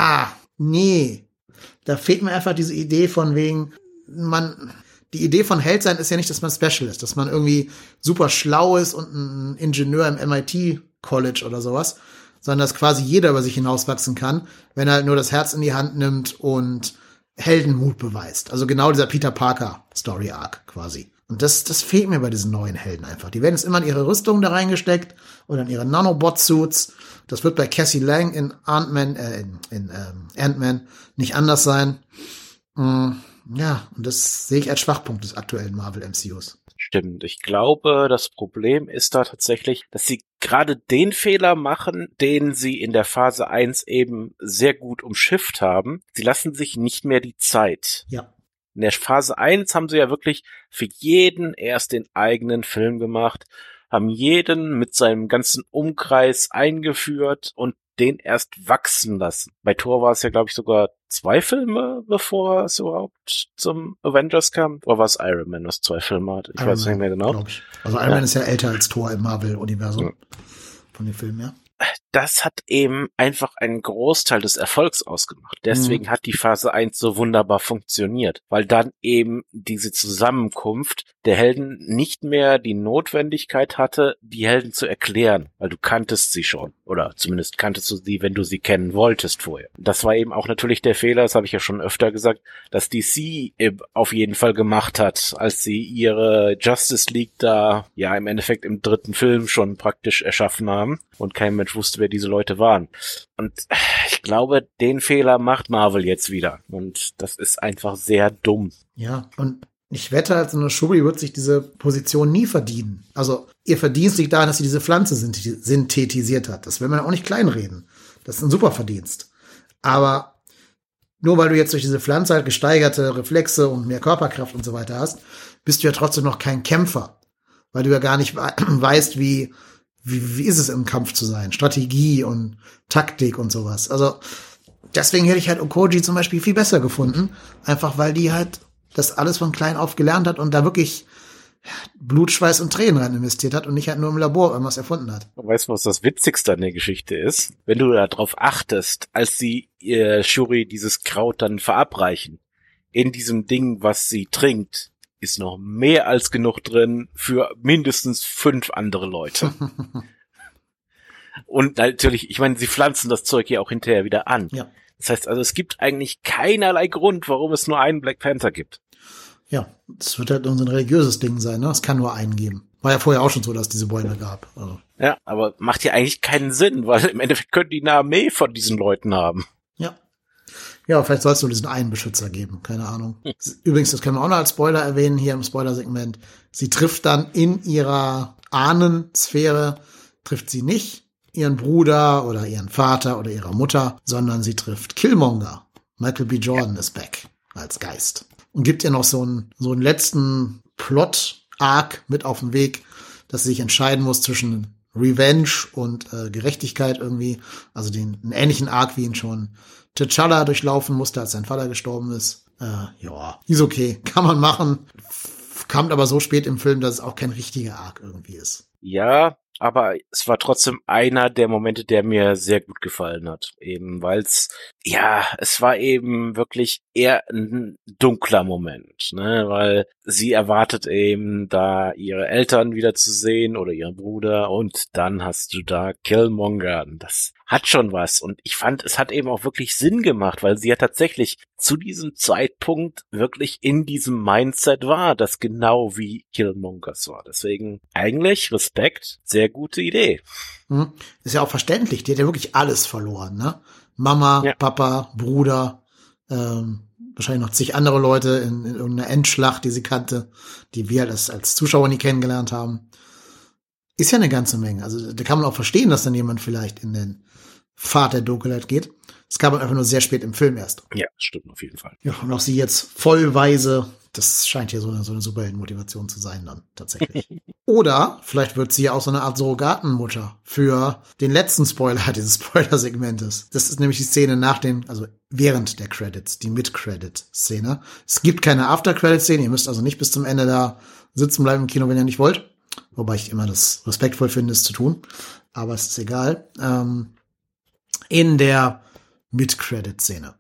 nee. Da fehlt mir einfach diese Idee von wegen, die Idee von Held sein ist ja nicht, dass man special ist, dass man irgendwie super schlau ist und ein Ingenieur im MIT College oder sowas, sondern dass quasi jeder über sich hinauswachsen kann, wenn er halt nur das Herz in die Hand nimmt und Heldenmut beweist. Also genau dieser Peter Parker Story Arc quasi. Und das fehlt mir bei diesen neuen Helden einfach. Die werden jetzt immer in ihre Rüstung da reingesteckt oder in ihre Nanobot-Suits. Das wird bei Cassie Lang in Ant-Man nicht anders sein. Ja, und das sehe ich als Schwachpunkt des aktuellen Marvel-MCUs. Stimmt. Ich glaube, das Problem ist da tatsächlich, dass sie gerade den Fehler machen, den sie in der Phase 1 eben sehr gut umschifft haben. Sie lassen sich nicht mehr die Zeit. Ja. In der Phase 1 haben sie ja wirklich für jeden erst den eigenen Film gemacht, haben jeden mit seinem ganzen Umkreis eingeführt und den erst wachsen lassen. Bei Thor war es ja, glaube ich, sogar 2 Filme, bevor es überhaupt zum Avengers kam. Oder war es Iron Man, was 2 Filme hat? Ich weiß nicht mehr genau. Ich. Also Iron Man ist ja älter als Thor im Marvel-Universum von den Filmen, ja. Das hat eben einfach einen Großteil des Erfolgs ausgemacht. Deswegen hat die Phase 1 so wunderbar funktioniert, weil dann eben diese Zusammenkunft der Helden nicht mehr die Notwendigkeit hatte, die Helden zu erklären, weil du kanntest sie schon. Oder zumindest kanntest du sie, wenn du sie kennen wolltest vorher. Das war eben auch natürlich der Fehler, das habe ich ja schon öfter gesagt, dass DC auf jeden Fall gemacht hat, als sie ihre Justice League da ja im Endeffekt im 3. Film schon praktisch erschaffen haben und kein Mensch wusste, wer diese Leute waren. Und ich glaube, den Fehler macht Marvel jetzt wieder. Und das ist einfach sehr dumm. Ja, und ich wette, also eine Shuri wird sich diese Position nie verdienen. Also ihr Verdienst liegt daran, dass sie diese Pflanze synthetisiert hat. Das will man auch nicht kleinreden. Das ist ein super Verdienst. Aber nur weil du jetzt durch diese Pflanze halt gesteigerte Reflexe und mehr Körperkraft und so weiter hast, bist du ja trotzdem noch kein Kämpfer. Weil du ja gar nicht weißt, wie ist es im Kampf zu sein? Strategie und Taktik und sowas. Also deswegen hätte ich halt Okoji zum Beispiel viel besser gefunden. Einfach weil die halt das alles von klein auf gelernt hat und da wirklich Blut, Schweiß und Tränen rein investiert hat und nicht halt nur im Labor irgendwas erfunden hat. Weißt du, was das Witzigste an der Geschichte ist? Wenn du darauf achtest, als sie Shuri dieses Kraut dann verabreichen, in diesem Ding, was sie trinkt, ist noch mehr als genug drin für mindestens 5 andere Leute. Und natürlich, ich meine, sie pflanzen das Zeug ja auch hinterher wieder an. Ja. Das heißt also, es gibt eigentlich keinerlei Grund, warum es nur einen Black Panther gibt. Ja, das wird halt so ein religiöses Ding sein, ne? Es kann nur einen geben. War ja vorher auch schon so, dass es diese Bäume gab. Also. Ja, aber macht ja eigentlich keinen Sinn, weil im Endeffekt könnten die eine Armee von diesen Leuten haben. Ja. Ja, vielleicht soll es nur diesen einen Beschützer geben, keine Ahnung. Übrigens, das können wir auch noch als Spoiler erwähnen, hier im Spoiler-Segment. Sie trifft dann in ihrer Ahnensphäre, trifft sie nicht ihren Bruder oder ihren Vater oder ihre Mutter, sondern sie trifft Killmonger. Michael B. Jordan ist back als Geist. Und gibt ihr noch so einen letzten Plot-Arc mit auf den Weg, dass sie sich entscheiden muss zwischen Revenge und Gerechtigkeit irgendwie. Also einen ähnlichen Arc, wie ihn schon T'Challa durchlaufen musste, als sein Vater gestorben ist. Ja, ist okay. Kann man machen. Kam aber so spät im Film, dass es auch kein richtiger Arc irgendwie ist. Ja, aber es war trotzdem einer der Momente, der mir sehr gut gefallen hat. Eben, weil's, ja, es war eben wirklich eher ein dunkler Moment, ne, weil sie erwartet eben, da ihre Eltern wieder zu sehen oder ihren Bruder und dann hast du da Killmonger. Das hat schon was und ich fand, es hat eben auch wirklich Sinn gemacht, weil sie ja tatsächlich zu diesem Zeitpunkt wirklich in diesem Mindset war, das genau wie Killmongers war. Deswegen eigentlich Respekt, sehr gute Idee. Ist ja auch verständlich, die hat ja wirklich alles verloren, ne? Mama, ja. Papa, Bruder, wahrscheinlich noch zig andere Leute in irgendeiner Endschlacht, die sie kannte, die wir halt als Zuschauer nie kennengelernt haben. Ist ja eine ganze Menge. Also da kann man auch verstehen, dass dann jemand vielleicht in den Pfad der Dunkelheit geht. Das kam einfach nur sehr spät im Film erst. Ja, stimmt auf jeden Fall. Ja, und auch sie jetzt vollweise, das scheint hier so eine Superheldenmotivation zu sein dann tatsächlich. Oder vielleicht wird sie ja auch so eine Art Surrogatenmutter für den letzten Spoiler dieses Spoiler-Segmentes. Das ist nämlich die Szene während der Credits, die Mid-Credit-Szene. Es gibt keine After-Credit-Szene, ihr müsst also nicht bis zum Ende da sitzen bleiben im Kino, wenn ihr nicht wollt. Wobei ich immer das respektvoll finde, es zu tun. Aber es ist egal. In der Mid-Credit-Szene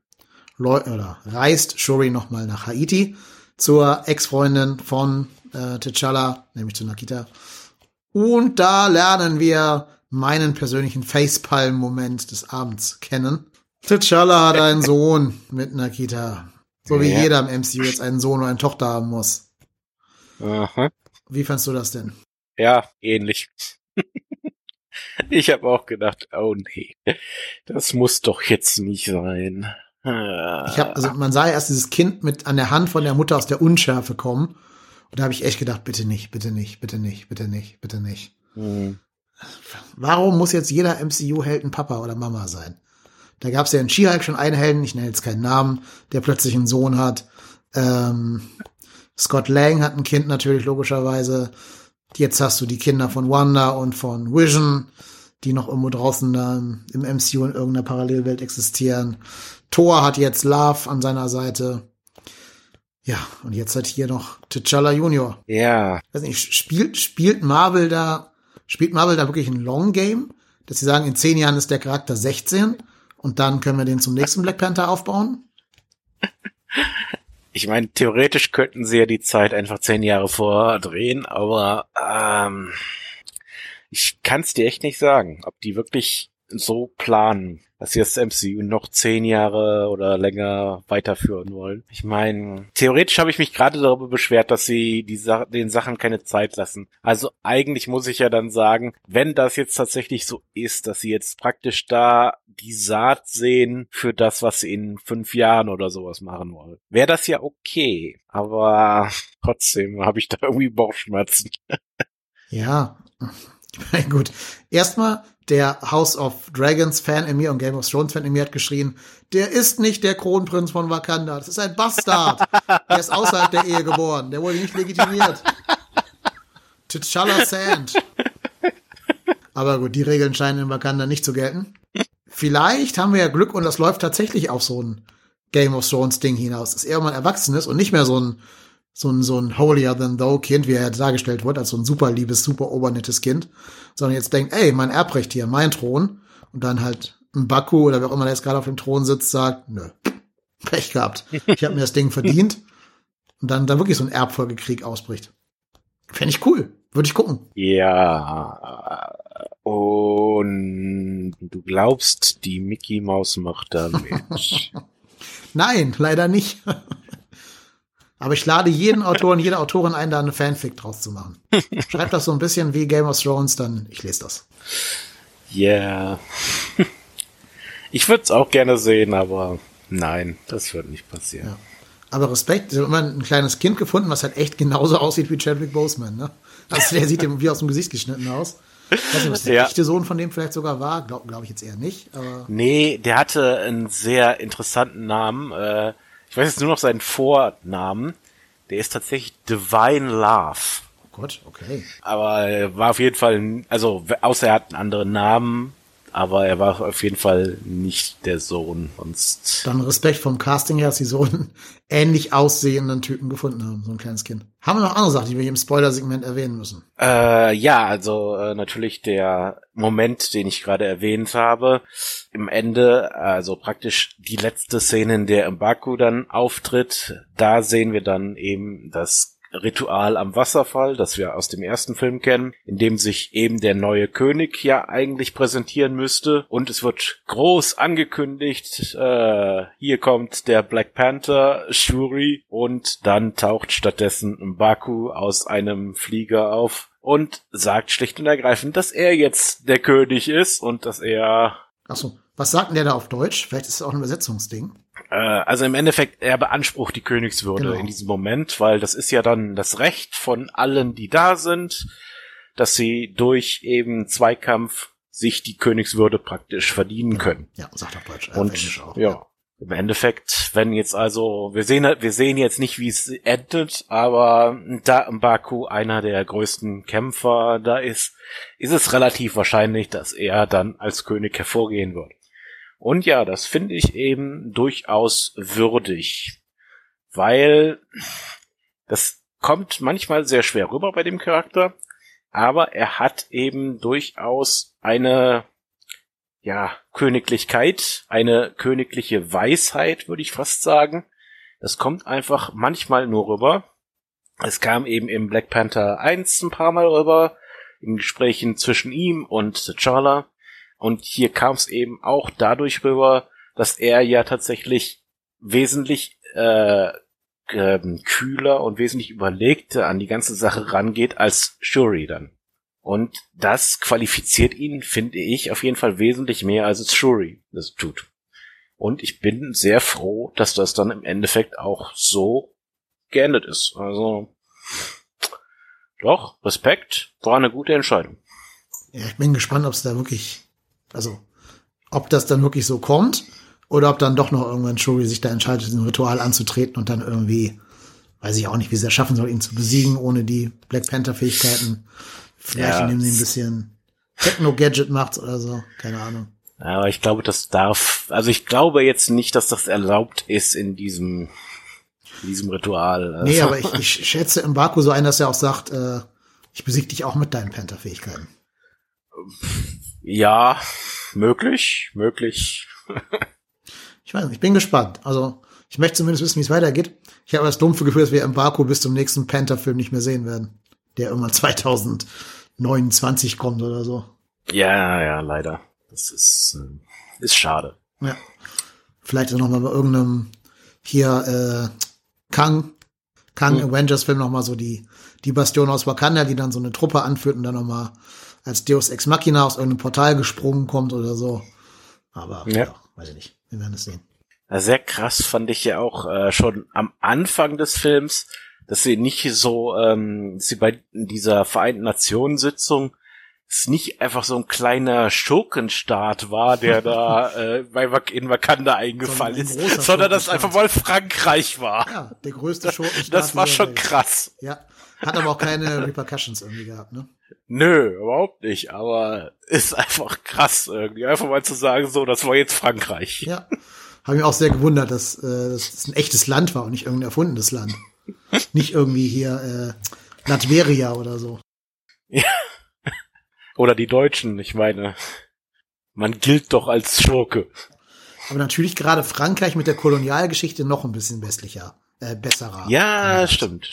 reist Shuri nochmal nach Haiti zur Ex-Freundin von T'Challa, nämlich zu Nakia. Und da lernen wir meinen persönlichen Facepalm-Moment des Abends kennen. T'Challa hat einen Sohn mit Nakia. So wie jeder im MCU jetzt einen Sohn oder eine Tochter haben muss. Aha. Wie fandst du das denn? Ja, ähnlich. Ich habe auch gedacht, oh nee, das muss doch jetzt nicht sein. Also man sah ja erst dieses Kind mit an der Hand von der Mutter aus der Unschärfe kommen. Und da habe ich echt gedacht, bitte nicht, bitte nicht, bitte nicht, bitte nicht, bitte nicht. Warum muss jetzt jeder MCU-Held ein Papa oder Mama sein? Da gab es ja in She-Hulk schon einen Helden, ich nenne jetzt keinen Namen, der plötzlich einen Sohn hat. Scott Lang hat ein Kind natürlich, logischerweise. Jetzt hast du die Kinder von Wanda und von Vision, die noch irgendwo draußen im MCU in irgendeiner Parallelwelt existieren. Thor hat jetzt Love an seiner Seite. Ja, und jetzt hat hier noch T'Challa Junior. Ja. Weiß nicht, spielt Marvel da wirklich ein Long Game? Dass sie sagen, in 10 Jahren ist der Charakter 16 und dann können wir den zum nächsten Black Panther aufbauen? Ich meine, theoretisch könnten sie ja die Zeit einfach 10 Jahre vordrehen, aber ich kann es dir echt nicht sagen, ob die wirklich so planen, dass sie das MCU noch 10 Jahre oder länger weiterführen wollen. Ich meine, theoretisch habe ich mich gerade darüber beschwert, dass sie den Sachen keine Zeit lassen. Also eigentlich muss ich ja dann sagen, wenn das jetzt tatsächlich so ist, dass sie jetzt praktisch da die Saat sehen für das, was sie in 5 Jahren oder sowas machen wollen, wäre das ja okay. Aber trotzdem habe ich da irgendwie Bauchschmerzen. Ja, gut. Erstmal, der House of Dragons Fan in mir und Game of Thrones Fan in mir hat geschrien, der ist nicht der Kronprinz von Wakanda, das ist ein Bastard. Der ist außerhalb der Ehe geboren, der wurde nicht legitimiert. T'Challa Sand. Aber gut, die Regeln scheinen in Wakanda nicht zu gelten. Vielleicht haben wir ja Glück und das läuft tatsächlich auf so ein Game of Thrones Ding hinaus, dass er mal erwachsen ist und nicht mehr so ein Holier-than-thou-Kind, wie er dargestellt wird, als so ein super liebes, super obernettes Kind, sondern jetzt denkt, ey, mein Erbrecht hier, mein Thron, und dann halt ein Baku oder wer auch immer der jetzt gerade auf dem Thron sitzt, sagt, nö, Pech gehabt, ich habe mir das Ding verdient, und dann wirklich so ein Erbfolgekrieg ausbricht. Fände ich cool, würde ich gucken. Ja, und du glaubst, die Mickey Maus macht da mit? Nein, leider nicht. Aber ich lade jeden Autor und jede Autorin ein, da eine Fanfic draus zu machen. Schreibt das so ein bisschen wie Game of Thrones, dann ich lese das. Ja. Yeah. Ich würde es auch gerne sehen, aber nein, das wird nicht passieren. Ja. Aber Respekt, ich habe immer ein kleines Kind gefunden, was halt echt genauso aussieht wie Chadwick Boseman, ne? Also der sieht dem wie aus dem Gesicht geschnitten aus. Ich weiß nicht, was der echte Sohn von dem vielleicht sogar war. Glaub ich jetzt eher nicht. Aber nee, der hatte einen sehr interessanten Namen. Ich weiß jetzt nur noch seinen Vornamen. Der ist tatsächlich Divine Love. Oh Gott, okay. Aber er war auf jeden Fall, also außer er hat einen anderen Namen, aber er war auf jeden Fall nicht der Sohn. Sonst dann Respekt vom Casting her, dass sie so einen ähnlich aussehenden Typen gefunden haben, so ein kleines Kind. Haben wir noch andere Sachen, die wir hier im Spoiler-Segment erwähnen müssen? Ja, also natürlich der Moment, den ich gerade erwähnt habe. Im Ende, also praktisch die letzte Szene, in der M'Baku dann auftritt, da sehen wir dann eben das Ritual am Wasserfall, das wir aus dem ersten Film kennen, in dem sich eben der neue König ja eigentlich präsentieren müsste. Und es wird groß angekündigt, hier kommt der Black Panther, Shuri, und dann taucht stattdessen M'Baku aus einem Flieger auf und sagt schlicht und ergreifend, dass er jetzt der König ist und dass er... Ach so, was sagt denn der da auf Deutsch? Vielleicht ist es auch ein Übersetzungsding. Also im Endeffekt, er beansprucht die Königswürde in diesem Moment, weil das ist ja dann das Recht von allen, die da sind, dass sie durch eben Zweikampf sich die Königswürde praktisch verdienen können. Ja, sagt auf Deutsch. Und Englisch auch, ja, im Endeffekt, wenn jetzt also, wir sehen jetzt nicht, wie es endet, aber da M'Baku einer der größten Kämpfer da ist es relativ wahrscheinlich, dass er dann als König hervorgehen wird. Und ja, das finde ich eben durchaus würdig, weil das kommt manchmal sehr schwer rüber bei dem Charakter, aber er hat eben durchaus eine, ja, Königlichkeit, eine königliche Weisheit, würde ich fast sagen. Das kommt einfach manchmal nur rüber. Es kam eben im Black Panther 1 ein paar Mal rüber, in Gesprächen zwischen ihm und T'Challa. Und hier kam es eben auch dadurch rüber, dass er ja tatsächlich wesentlich kühler und wesentlich überlegter an die ganze Sache rangeht als Shuri dann. Und das qualifiziert ihn, finde ich, auf jeden Fall wesentlich mehr, als es Shuri das tut. Und ich bin sehr froh, dass das dann im Endeffekt auch so geendet ist. Also, doch, Respekt, war eine gute Entscheidung. Ja, ich bin gespannt, ob es da wirklich, also, ob das dann wirklich so kommt, oder ob dann doch noch irgendwann Shuri sich da entscheidet, ein Ritual anzutreten und dann irgendwie, weiß ich auch nicht, wie sie es schaffen soll, ihn zu besiegen, ohne die Black Panther-Fähigkeiten. Vielleicht indem sie ein bisschen Techno-Gadget macht oder so, keine Ahnung. Ja, aber ich glaube, ich glaube jetzt nicht, dass das erlaubt ist in diesem Ritual. Nee, aber ich schätze M'Baku so ein, dass er auch sagt, ich besiege dich auch mit deinen Panther-Fähigkeiten. Ja, möglich. Ich weiß nicht, ich bin gespannt. Also, ich möchte zumindest wissen, wie es weitergeht. Ich habe das dumpfe Gefühl, dass wir M'Baku bis zum nächsten Panther-Film nicht mehr sehen werden. Der irgendwann 2029 kommt oder so. Ja, leider. Das ist schade. Ja. Vielleicht noch mal bei irgendeinem hier Kang Avengers-Film noch mal so die Bastion aus Wakanda, die dann so eine Truppe anführt und dann noch mal als Deus Ex Machina aus irgendeinem Portal gesprungen kommt oder so. Aber ja, weiß ich nicht. Wir werden es sehen. Sehr krass fand ich ja auch schon am Anfang des Films, dass sie nicht so, sie bei dieser Vereinten Nationen Sitzung es nicht einfach so ein kleiner Schurkenstaat war, der da in Wakanda eingefallen ist, sondern dass einfach mal Frankreich war. Ja, der größte Schurkenstaat. Das war schon krass. Ja, hat aber auch keine Repercussions irgendwie gehabt, ne? Nö, überhaupt nicht, aber ist einfach krass irgendwie. Einfach mal zu sagen, so, das war jetzt Frankreich. Ja, habe mich auch sehr gewundert, dass das ein echtes Land war und nicht irgendein erfundenes Land. Nicht irgendwie hier Latveria oder so. Ja. Oder die Deutschen, ich meine, man gilt doch als Schurke. Aber natürlich gerade Frankreich mit der Kolonialgeschichte noch ein bisschen besserer. Ja, stimmt.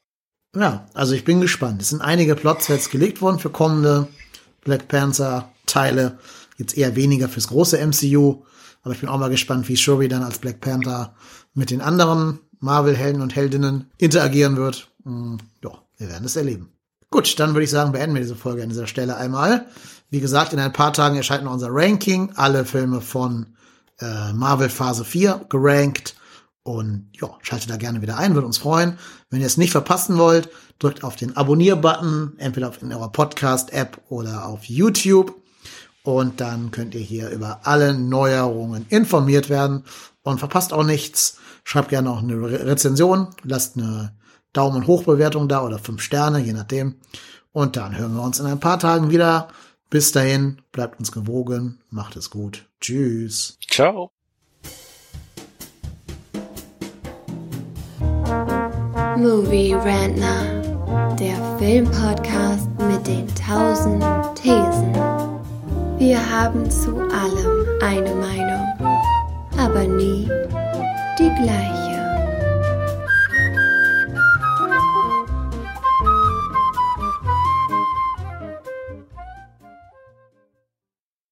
Ja, also ich bin gespannt. Es sind einige Plots gelegt worden für kommende Black Panther-Teile. Jetzt eher weniger fürs große MCU. Aber ich bin auch mal gespannt, wie Shuri dann als Black Panther mit den anderen Marvel-Helden und Heldinnen interagieren wird. Ja, wir werden es erleben. Gut, dann würde ich sagen, beenden wir diese Folge an dieser Stelle einmal. Wie gesagt, in ein paar Tagen erscheint noch unser Ranking. Alle Filme von Marvel Phase 4 gerankt. Und ja, schaltet da gerne wieder ein, würde uns freuen. Wenn ihr es nicht verpassen wollt, drückt auf den Abonnier-Button, entweder in eurer Podcast-App oder auf YouTube. Und dann könnt ihr hier über alle Neuerungen informiert werden. Und verpasst auch nichts. Schreibt gerne auch eine Rezension. Lasst eine Daumen-Hoch-Bewertung da oder 5 Sterne, je nachdem. Und dann hören wir uns in ein paar Tagen wieder. Bis dahin, bleibt uns gewogen. Macht es gut. Tschüss. Ciao. Movie Rantner, der Filmpodcast mit den 1000 Thesen. Wir haben zu allem eine Meinung, aber nie die gleiche.